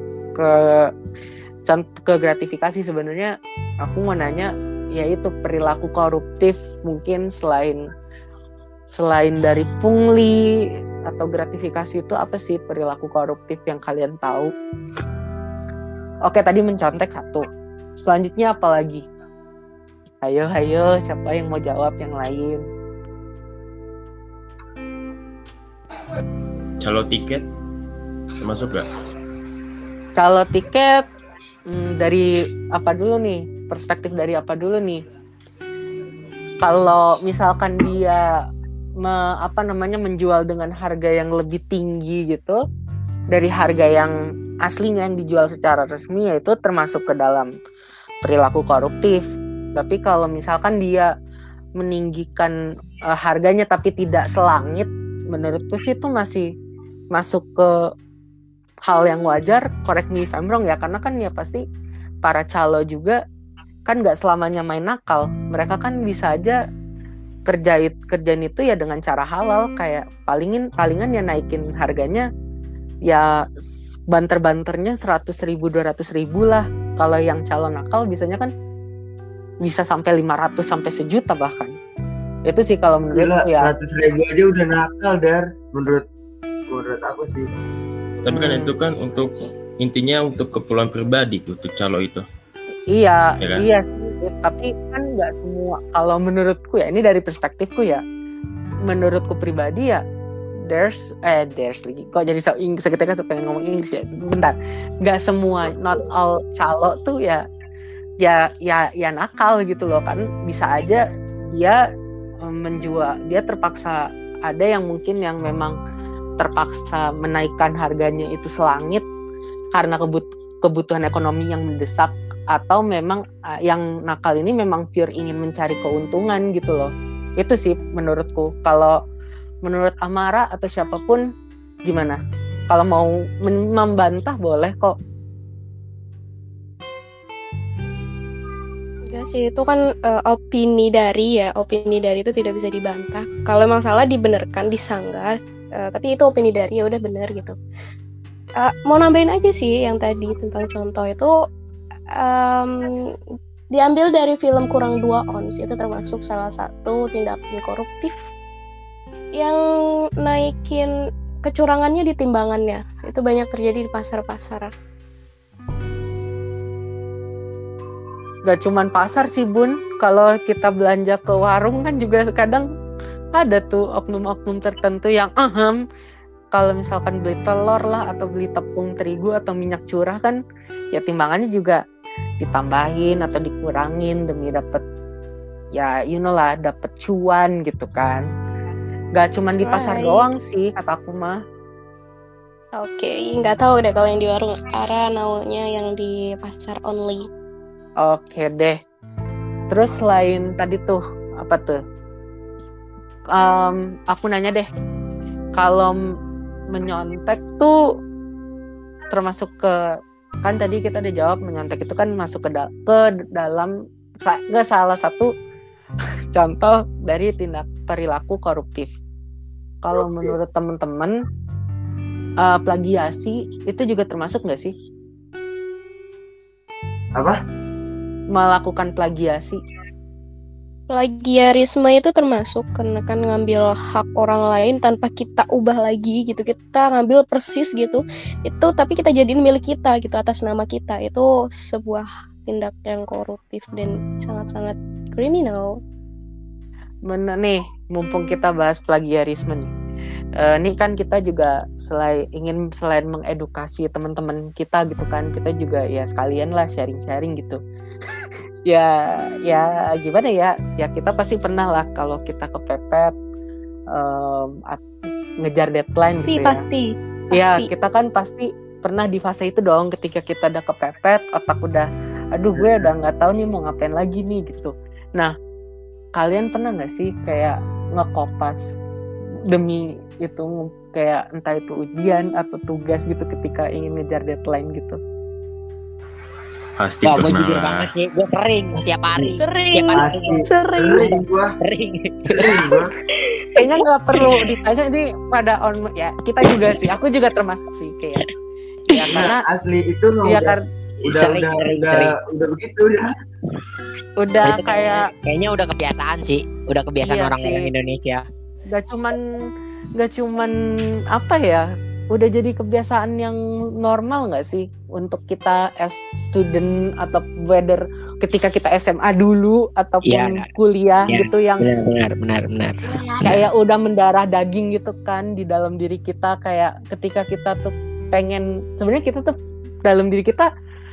ke gratifikasi. Sebenarnya aku mau nanya, yaitu perilaku koruptif mungkin selain dari pungli atau gratifikasi itu apa sih perilaku koruptif yang kalian tahu? Oke, tadi mencontek satu. Selanjutnya apa lagi? Hayo, siapa yang mau jawab yang lain? Calo tiket termasuk gak? Calo tiket dari apa dulu nih? Perspektif dari apa dulu nih? Kalau misalkan dia menjual dengan harga yang lebih tinggi gitu dari harga yang aslinya yang dijual secara resmi, ya itu termasuk ke dalam perilaku koruptif. Tapi kalau misalkan dia meninggikan harganya tapi tidak selangit, menurutku sih itu masih masuk ke hal yang wajar. Correct me if I'm wrong ya, karena kan ya pasti para calo juga kan nggak selamanya main nakal. Mereka kan bisa aja kerjain itu ya dengan cara halal, kayak palingan ya naikin harganya ya banter-banternya 100.000 200.000 lah. Kalau yang calo nakal biasanya kan bisa sampai 500 sampai 1 juta bahkan. Itu sih kalau menurutku ya. 100.000 aja udah nakal, Dar. Menurut aku sih. Tapi kan itu kan untuk intinya untuk keperluan pribadi untuk calo itu. Iya, Ya kan? iya sih. Tapi kan nggak semua. Kalau menurutku ya, ini dari perspektifku ya. Menurutku pribadi ya, there's lagi. Kok jadi seketika pengen ngomong Inggris ya. Bentar. Nggak semua, not all calo tuh ya nakal gitu loh kan. Bisa aja dia menjual, dia terpaksa, ada yang mungkin yang memang terpaksa menaikkan harganya itu selangit karena kebutuhan ekonomi yang mendesak, atau memang yang nakal ini memang pure ingin mencari keuntungan gitu loh. Itu sih menurutku. Kalau menurut Amara atau siapapun gimana? Kalau mau membantah boleh kok. Enggak sih, itu kan opini dari itu tidak bisa dibantah. Kalau emang salah dibenarkan, disanggah, tapi itu opini dari, ya udah benar gitu. Mau nambahin aja sih yang tadi tentang contoh itu, diambil dari film Kurang 2 Ons. Itu termasuk salah satu tindakan koruptif yang naikin kecurangannya di timbangannya. Itu banyak terjadi di pasar-pasar. Gak cuman pasar sih Bun, kalau kita belanja ke warung kan juga kadang ada tuh oknum-oknum tertentu yang kalau misalkan beli telur lah atau beli tepung terigu atau minyak curah kan ya timbangannya juga ditambahin atau dikurangin demi dapet ya dapet cuan gitu kan. Gak cuman di pasar doang sih kataku mah. Oke, nggak tahu deh kalau yang di warung. Ara naunya yang di pasar only. Oke deh. Terus selain tadi tuh apa tuh? Aku nanya deh. Kalau menyontek tuh termasuk ke, kan tadi kita udah jawab menyontek itu kan masuk ke dalam salah satu contoh dari tindak perilaku koruptif. Kalau menurut teman-teman plagiasi itu juga termasuk nggak sih? Apa? Melakukan plagiasi. plagiarisme itu termasuk karena kan ngambil hak orang lain tanpa kita ubah lagi gitu. Kita ngambil persis gitu. Itu tapi kita jadiin milik kita gitu atas nama kita. Itu sebuah tindak yang koruptif dan sangat-sangat kriminal. Bener nih, mumpung kita bahas plagiarisme nih. Ini kan kita juga ingin selain mengedukasi teman-teman kita gitu kan, kita juga ya sekalian lah sharing-sharing gitu. ya gimana ya kita pasti pernah lah kalau kita kepepet ngejar deadline gitu ya. Pasti. Ya kita kan pasti pernah di fase itu dong, ketika kita udah kepepet, otak udah aduh gue udah nggak tahu nih mau ngapain lagi nih gitu. Nah, kalian pernah nggak sih kayak ngekopas demi itu, kayak entah itu ujian atau tugas gitu ketika ingin ngejar deadline gitu? Pasti Wah, gue pernah jujur lah. banget sih, gue sering tiap hari. Sering. Tiap hari Pasti. Sering. Sering gua. sering. Kayaknya nggak perlu ditanya, ini pada ya kita juga sih, aku juga termasuk sih kayak ya karena Nah, asli itu mah ya udah, kan Sering. udah begitu ya. udah Itu kayak kayaknya udah kebiasaan sih, udah kebiasaan Iya orang-orang sih. Indonesia. nggak cuman apa ya, udah jadi kebiasaan yang normal nggak sih untuk kita as student, atau whether ketika kita SMA dulu ataupun Iya. kuliah Iya. gitu, yang Benar. kayak udah mendarah daging gitu kan di dalam diri kita. Kayak ketika kita tuh pengen, sebenarnya kita tuh dalam diri kita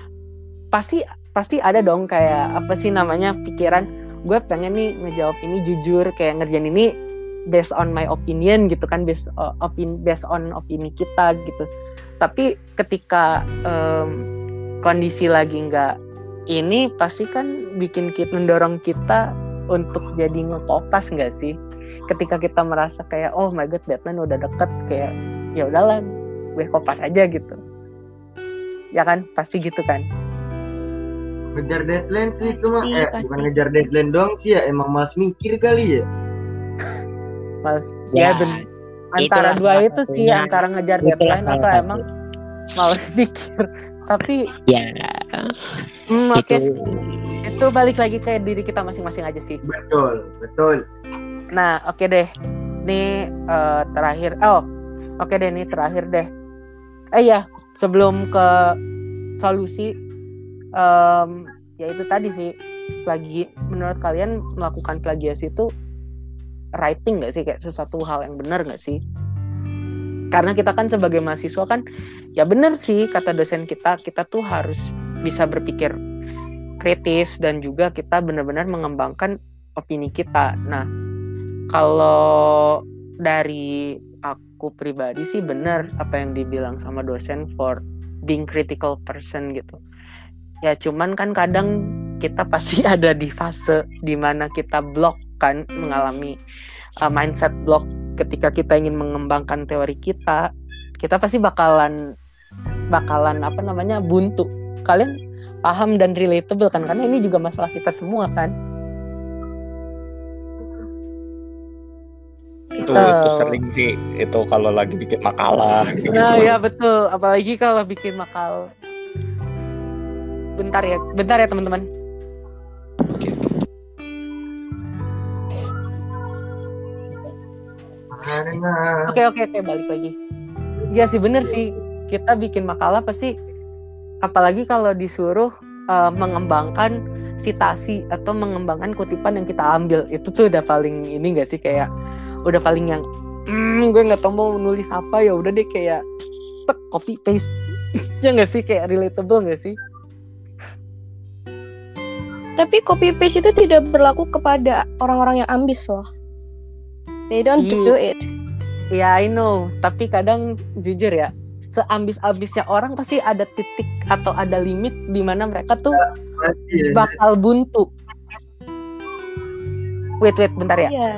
pasti ada dong kayak apa sih namanya, pikiran gue pengen nih ngejawab ini jujur, kayak ngerjain ini based on my opinion gitu kan, based on opini kita gitu. Tapi ketika kondisi lagi nggak ini, pasti kan bikin kita, mendorong kita untuk jadi ngekopas nggak sih? Ketika kita merasa kayak oh my god deadline udah deket, kayak ya udahlah gue kopas aja gitu. Ya kan, pasti gitu kan. Ngejar deadline sih itu mah Pasti. bukan ngejar deadline doang sih ya, emang mas mikir kali ya. Mas Ya, antara itulah dua salah itu sih, satunya. antara ngejar Itulah deadline salah atau satu. emang males pikir. Tapi Ya, oke, itu itu balik lagi ke diri kita masing-masing aja sih. Betul. Nah, oke deh. Nih terakhir. Nih terakhir deh. Ya, sebelum ke solusi, ya itu tadi sih, menurut kalian melakukan plagiasi itu writing nggak sih, kayak sesuatu hal yang benar nggak sih? Karena kita kan sebagai mahasiswa kan, ya benar sih kata dosen kita tuh harus bisa berpikir kritis dan juga kita benar-benar mengembangkan opini kita. Nah, kalau dari aku pribadi sih benar apa yang dibilang sama dosen for being critical person gitu. Ya cuman kan kadang kita pasti ada di fase dimana kita block kan, mengalami mindset block ketika kita ingin mengembangkan teori kita pasti bakalan buntu. Kalian paham dan relatable kan, karena ini juga masalah kita semua kan. Itu sering sih itu kalau lagi bikin makalah gitu. Nah ya betul, apalagi kalau bikin makal. Bentar ya teman-teman. Oke, balik lagi. Iya sih, bener sih, kita bikin makalah pasti, apalagi kalau disuruh mengembangkan sitasi atau mengembangkan kutipan yang kita ambil, itu tuh udah paling ini nggak sih, kayak udah paling yang gue nggak tahu mau nulis apa, ya udah deh kayak copy paste. Ya nggak sih, kayak relatable nggak sih? Tapi copy paste itu tidak berlaku kepada orang-orang yang ambis loh. They don't do it. Ya, I know. Tapi kadang jujur ya, seambis-ambisnya orang pasti ada titik atau ada limit di mana mereka tuh bakal buntu. Wait, bentar ya. Iya.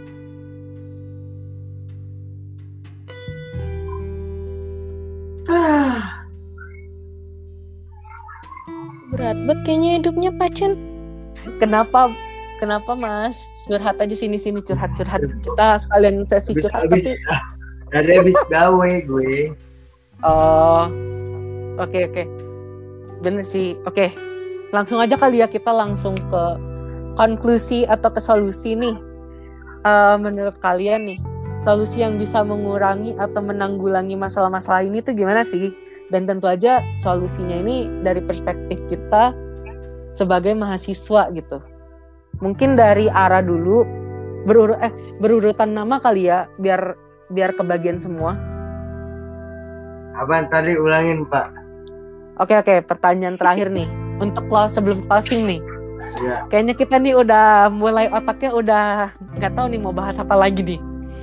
Berat banget kayaknya hidupnya Pacen. Kenapa Mas? Curhat aja sini curhat. Kita sekalian sesi curhat tapi dari habis gawe gue. Oh. Oke. Bener sih. Oke. Langsung aja kali ya, kita langsung ke konklusi atau ke solusi nih. Menurut kalian nih, solusi yang bisa mengurangi atau menanggulangi masalah-masalah ini tuh gimana sih? Dan tentu aja solusinya ini dari perspektif kita sebagai mahasiswa gitu. Mungkin dari Ara dulu, berurutan nama kali ya, biar kebagian semua. Apaan tadi, ulangin Pak? Oke, pertanyaan terakhir nih. Untuk sebelum closing nih. Ya. Kayaknya kita nih udah mulai otaknya udah nggak tahu nih mau bahas apa lagi nih.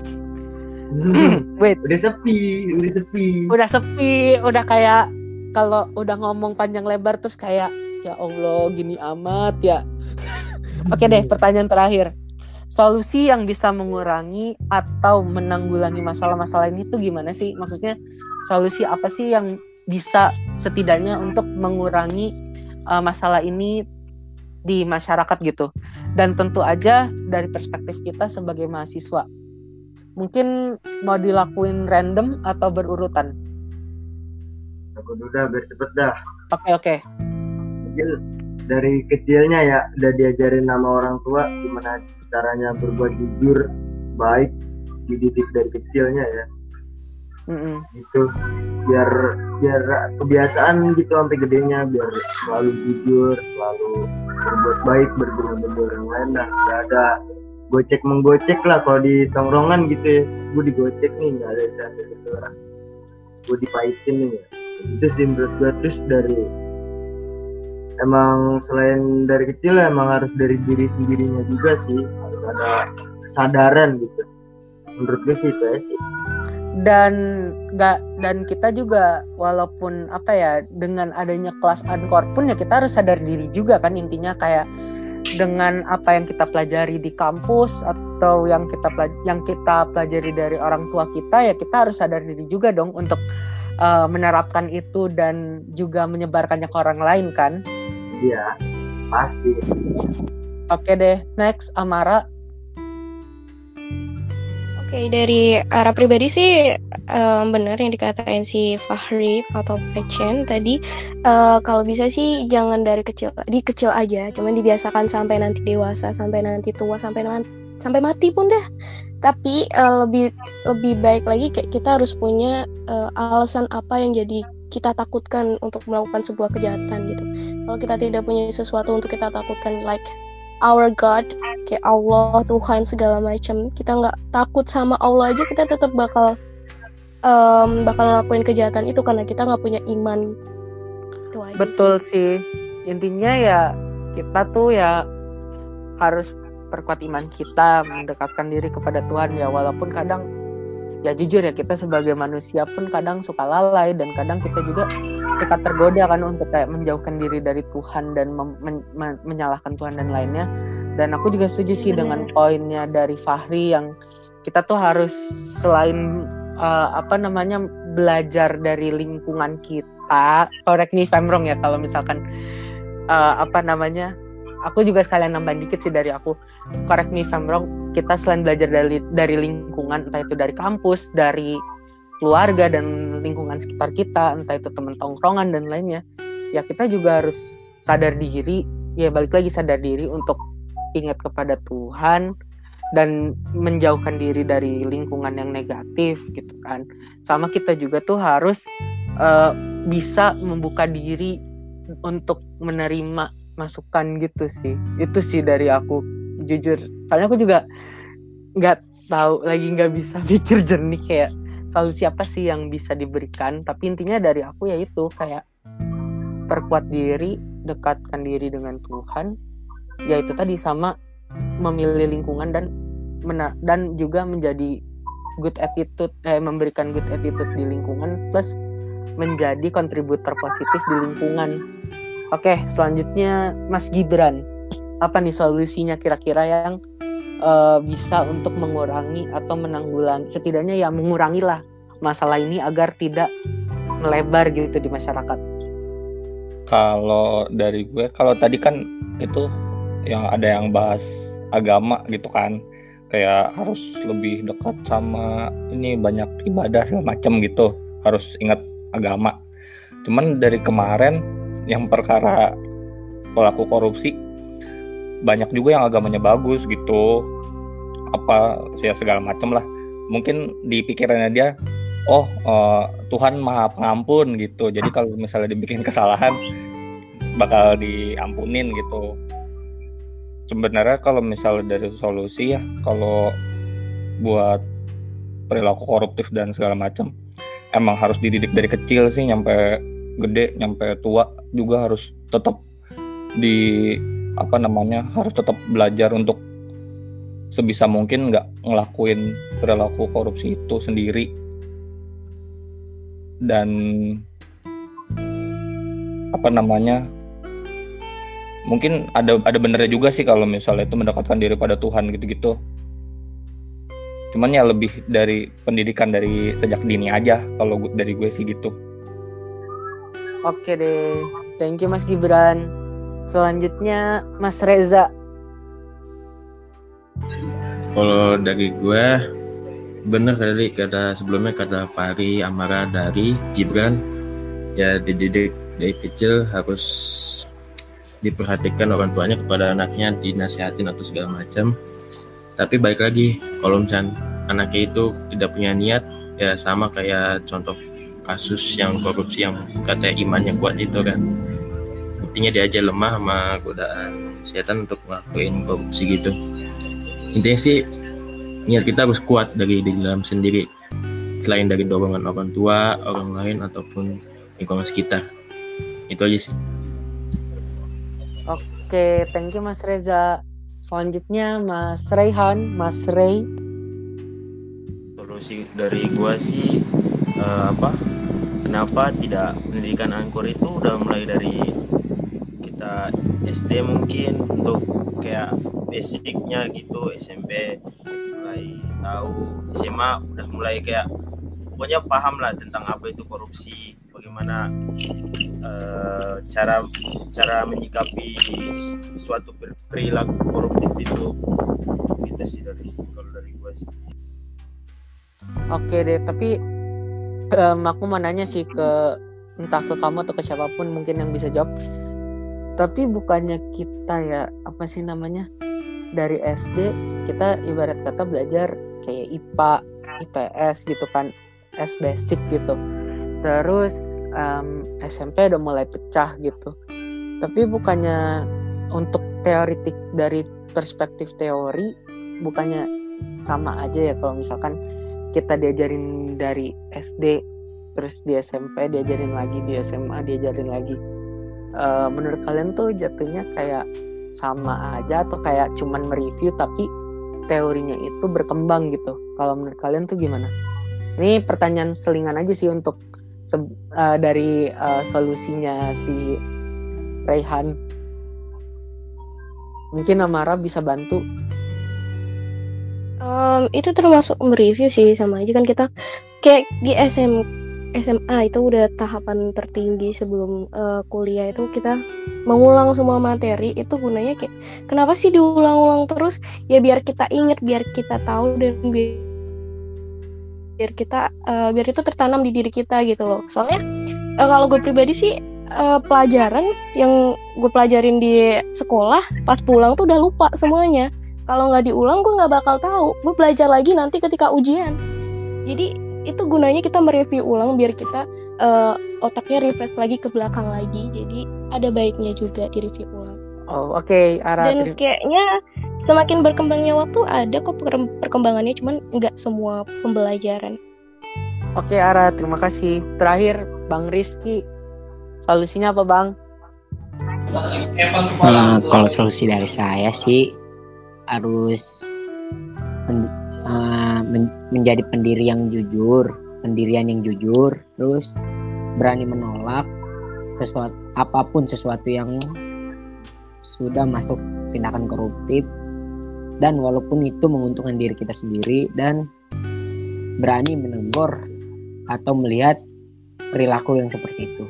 Wait. Udah sepi. Udah sepi, udah kayak kalau udah ngomong panjang lebar terus kayak ya Allah gini amat ya. Oke deh, pertanyaan terakhir. Solusi yang bisa mengurangi atau menanggulangi masalah-masalah ini tuh gimana sih? Maksudnya solusi apa sih yang bisa setidaknya untuk mengurangi masalah ini di masyarakat gitu? Dan tentu aja dari perspektif kita sebagai mahasiswa. Mungkin mau dilakuin random atau berurutan? Aku udah biar cepet dah. Oke. Mungkin dari kecilnya ya udah diajarin sama orang tua gimana caranya berbuat jujur, baik, dididik dari kecilnya ya. Gitu. Biar kebiasaan gitu sampai gedenya, biar selalu jujur, selalu berbuat baik, berguna bagi orang lain dah. Gak ada gocek-menggocek lah kalau di tongkrongan gitu ya. Gue digocek nih, gak ada istilah gitu lah. Gue dipahitin nih ya. Itu sih menurut gue. Terus dari emang selain dari kecil emang harus dari diri sendirinya juga sih, harus ada kesadaran gitu. Menurut gue sih itu ya sih. Dan kita juga walaupun apa ya, dengan adanya kelas Anchor pun ya kita harus sadar diri juga kan, intinya kayak dengan apa yang kita pelajari di kampus atau yang kita pelajari dari orang tua kita, ya kita harus sadar diri juga dong untuk menerapkan itu dan juga menyebarkannya ke orang lain kan. Iya, pasti. Oke deh, next Amara. Oke, dari arah pribadi sih benar yang dikatain si Fahri atau Pecen tadi. Kalau bisa sih jangan dari kecil aja, cuman dibiasakan sampai nanti dewasa, sampai nanti tua, sampai mati pun dah. Tapi lebih baik lagi kayak kita harus punya alasan apa yang jadi kita takutkan untuk melakukan sebuah kejahatan gitu. Kalau kita tidak punya sesuatu untuk kita takutkan, like our God, kayak Allah, Tuhan segala macam, kita nggak takut sama Allah aja, kita tetap bakal ngelakuin kejahatan itu karena kita nggak punya iman. Itu aja. Betul sih, intinya ya kita tuh ya harus perkuat iman kita, mendekatkan diri kepada Tuhan ya, walaupun kadang ya jujur ya kita sebagai manusia pun kadang suka lalai dan kadang kita juga suka tergoda kan untuk kayak menjauhkan diri dari Tuhan dan menyalahkan Tuhan dan lainnya. Dan aku juga setuju sih dengan poinnya dari Fahri yang kita tuh harus selain belajar dari lingkungan kita. Correct me if I'm wrong ya kalau misalkan aku juga sekalian nambahin dikit sih dari aku. Correct me if I'm wrong, kita selain belajar dari lingkungan, entah itu dari kampus, dari keluarga dan lingkungan sekitar kita, entah itu teman tongkrongan dan lainnya, ya kita juga harus sadar diri, ya balik lagi sadar diri untuk ingat kepada Tuhan dan menjauhkan diri dari lingkungan yang negatif gitu kan. Sama kita juga tuh harus bisa membuka diri untuk menerima masukan gitu sih. Itu sih dari aku, jujur. Soalnya aku juga nggak tahu lagi, nggak bisa pikir jernih kayak solusi apa sih yang bisa diberikan. Tapi intinya dari aku ya itu kayak perkuat diri, dekatkan diri dengan Tuhan. Ya itu tadi, sama memilih lingkungan dan juga menjadi good attitude, memberikan good attitude di lingkungan, plus menjadi kontributor positif di lingkungan. Oke, selanjutnya Mas Gibran, apa nih solusinya kira-kira yang bisa untuk mengurangi atau menanggulangi, setidaknya ya mengurangi lah masalah ini agar tidak melebar gitu di masyarakat? Kalau dari gue, kalau tadi kan itu yang ada yang bahas agama gitu kan, kayak harus lebih dekat sama ini, banyak ibadah segala macam gitu, harus ingat agama. Cuman dari kemarin yang perkara pelaku korupsi, banyak juga yang agamanya bagus gitu, apa ya segala macam lah. Mungkin di pikirannya dia, Tuhan maha pengampun gitu, jadi kalau misalnya dibikin kesalahan bakal diampunin gitu. Sebenarnya kalau misalnya dari solusi ya, kalau buat perilaku koruptif dan segala macam, emang harus dididik dari kecil sih, nyampe gede, nyampe tua juga harus tetap harus tetap belajar untuk sebisa mungkin nggak ngelakuin perilaku korupsi itu sendiri. Dan mungkin ada benernya juga sih kalau misalnya itu mendekatkan diri pada Tuhan gitu-gitu. Cuman ya lebih dari pendidikan dari sejak dini aja kalau dari gue sih gitu. Oke deh, thank you Mas Gibran. Selanjutnya Mas Reza. Kalau dari gue, bener tadi sebelumnya kata Fahri, Amara, dari Gibran, ya dididik dari kecil harus diperhatikan orang tuanya kepada anaknya, dinasihatin atau segala macam. Tapi balik lagi, kalau misalnya anaknya itu tidak punya niat, ya sama kayak contoh kasus yang korupsi yang katanya imannya kuat itu kan, buktinya dia aja lemah sama godaan setan untuk ngelakuin korupsi gitu. Intinya sih niat kita harus kuat dari dalam sendiri, selain dari dorongan orang tua, orang lain ataupun lingkungan sekitar. Itu aja sih. Oke, thank you Mas Reza. Selanjutnya Mas Raihan, Mas Ray. Solusi dari gua sih kenapa tidak pendidikan angkor itu udah mulai dari kita SD mungkin, untuk kayak basicnya gitu, SMP mulai tahu, SMA udah mulai kayak pokoknya paham lah tentang apa itu korupsi, bagaimana cara menyikapi suatu perilaku koruptif itu. Gitu sih kalau dari gue sih. Oke deh, tapi aku mau nanya sih entah ke kamu atau ke siapapun mungkin yang bisa jawab. Tapi bukannya kita ya dari SD kita ibarat kata belajar kayak IPA, IPS gitu kan, S basic gitu. Terus SMP udah mulai pecah gitu. Tapi bukannya untuk teoritik dari perspektif teori, bukannya sama aja ya kalau misalkan kita diajarin dari SD, terus di SMP diajarin lagi, di SMA diajarin lagi. Menurut kalian tuh jatuhnya kayak sama aja atau kayak cuman mereview tapi teorinya itu berkembang gitu? Kalau menurut kalian tuh gimana? Ini pertanyaan selingan aja sih untuk dari solusinya si Raihan. Mungkin Amara bisa bantu. Itu termasuk mereview sih, sama aja kan kita kayak di SMA itu udah tahapan tertinggi sebelum kuliah, itu kita mengulang semua materi. Itu gunanya kayak kenapa sih diulang-ulang terus? Ya biar kita ingat, biar kita tahu, dan biar itu tertanam di diri kita gitu loh. Soalnya kalau gue pribadi sih pelajaran yang gue pelajarin di sekolah pas pulang tuh udah lupa semuanya. Kalau nggak diulang gue nggak bakal tahu. Gue belajar lagi nanti ketika ujian. Jadi itu gunanya kita mereview ulang biar kita otaknya refresh lagi ke belakang lagi. Jadi ada baiknya juga di review ulang. Oh oke. Dan kayaknya semakin berkembangnya waktu ada kok perkembangannya, cuman nggak semua pembelajaran. Oke Ara, terima kasih. Terakhir Bang Rizky, solusinya apa Bang? Kalau solusi dari saya sih harus menjadi pendirian yang jujur, terus berani menolak sesuatu yang sudah masuk tindakan koruptif, dan walaupun itu menguntungkan diri kita sendiri, dan berani menegur atau melihat perilaku yang seperti itu.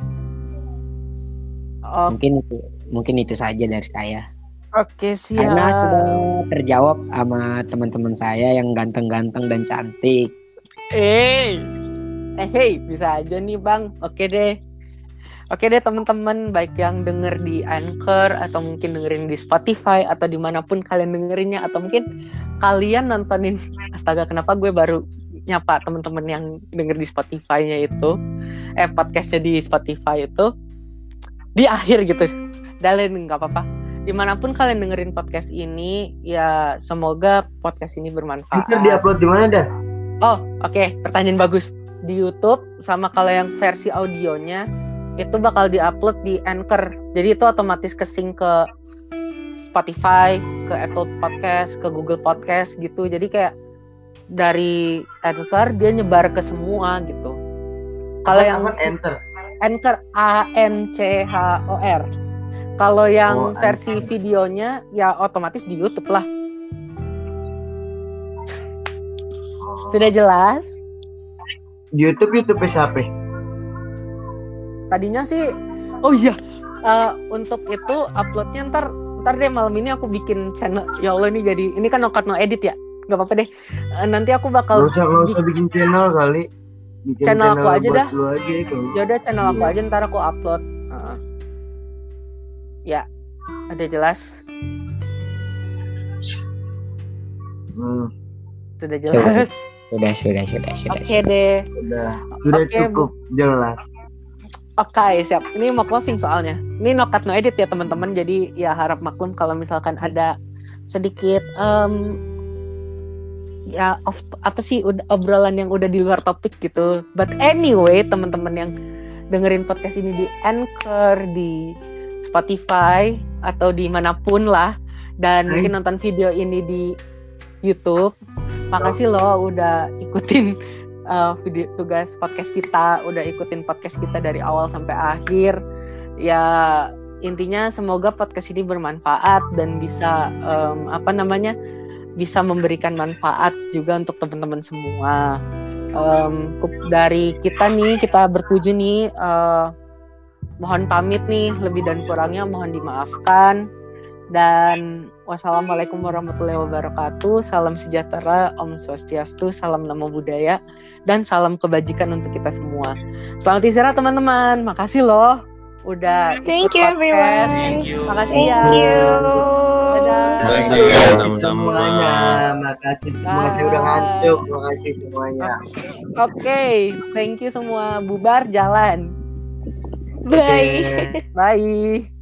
Mungkin itu saja dari saya. Oke, siap. Karena sudah terjawab sama teman-teman saya yang ganteng-ganteng dan cantik. Hey, bisa aja nih Bang. Oke deh. Oke deh teman-teman, baik yang denger di Anchor atau mungkin dengerin di Spotify atau dimanapun kalian dengerinnya, atau mungkin kalian nontonin. Astaga, kenapa gue baru nyapa teman-teman yang denger di Spotify-nya itu, podcastnya di Spotify itu di akhir gitu. Dalin nggak apa-apa. Dimanapun kalian dengerin podcast ini, ya semoga podcast ini bermanfaat. Anchor diupload di mana dah? Oh, oke. Pertanyaan bagus. Di YouTube, sama kalau yang versi audionya itu bakal diupload di Anchor. Jadi itu otomatis ke-sync ke Spotify, ke Apple Podcast, ke Google Podcast gitu. Jadi kayak dari Anchor dia nyebar ke semua gitu. Kalau yang Anchor ANCHOR. Kalau yang versi videonya ya otomatis di YouTube lah. Sudah jelas? Di YouTube siapa? Tadinya sih, oh iya, untuk itu uploadnya ntar deh malam ini aku bikin channel. Ya Allah, ini kan no cut no edit ya, nggak apa-apa deh. Nanti aku bakal nggak usah bikin channel kali. Bikin channel aku aja dah. Ya udah channel aku aja, ntar aku upload. Ya, ada jelas. Sudah jelas. Sudah. Oke deh. Sudah cukup jelas. Oke, siap. Ini mau closing soalnya. Ini no cut no edit ya teman-teman. Jadi ya harap maklum kalau misalkan ada sedikit obrolan yang udah di luar topik gitu. But anyway, teman-teman yang dengerin podcast ini di Anchor, di Spotify atau dimanapun lah, dan mungkin nonton video ini di YouTube, makasih loh udah ikutin video tugas podcast kita, udah ikutin podcast kita dari awal sampai akhir. Ya intinya semoga podcast ini bermanfaat dan bisa bisa memberikan manfaat juga untuk teman-teman semua. Dari kita bertujuh nih, mohon pamit nih, lebih dan kurangnya mohon dimaafkan. Dan wassalamualaikum warahmatullahi wabarakatuh. Salam sejahtera, Om Swastiastu, salam namo buddhaya, dan salam kebajikan untuk kita semua. Selamat istirahat teman-teman. Makasih loh udah Thank you podcast. everyone. Thank you. Makasih ya. Thank you. Dadah. Makasih sama-sama. Semuanya. Makasih udah ngantuk. Makasih semuanya. Oke, thank you semua. Bubar jalan. Bye. Bye.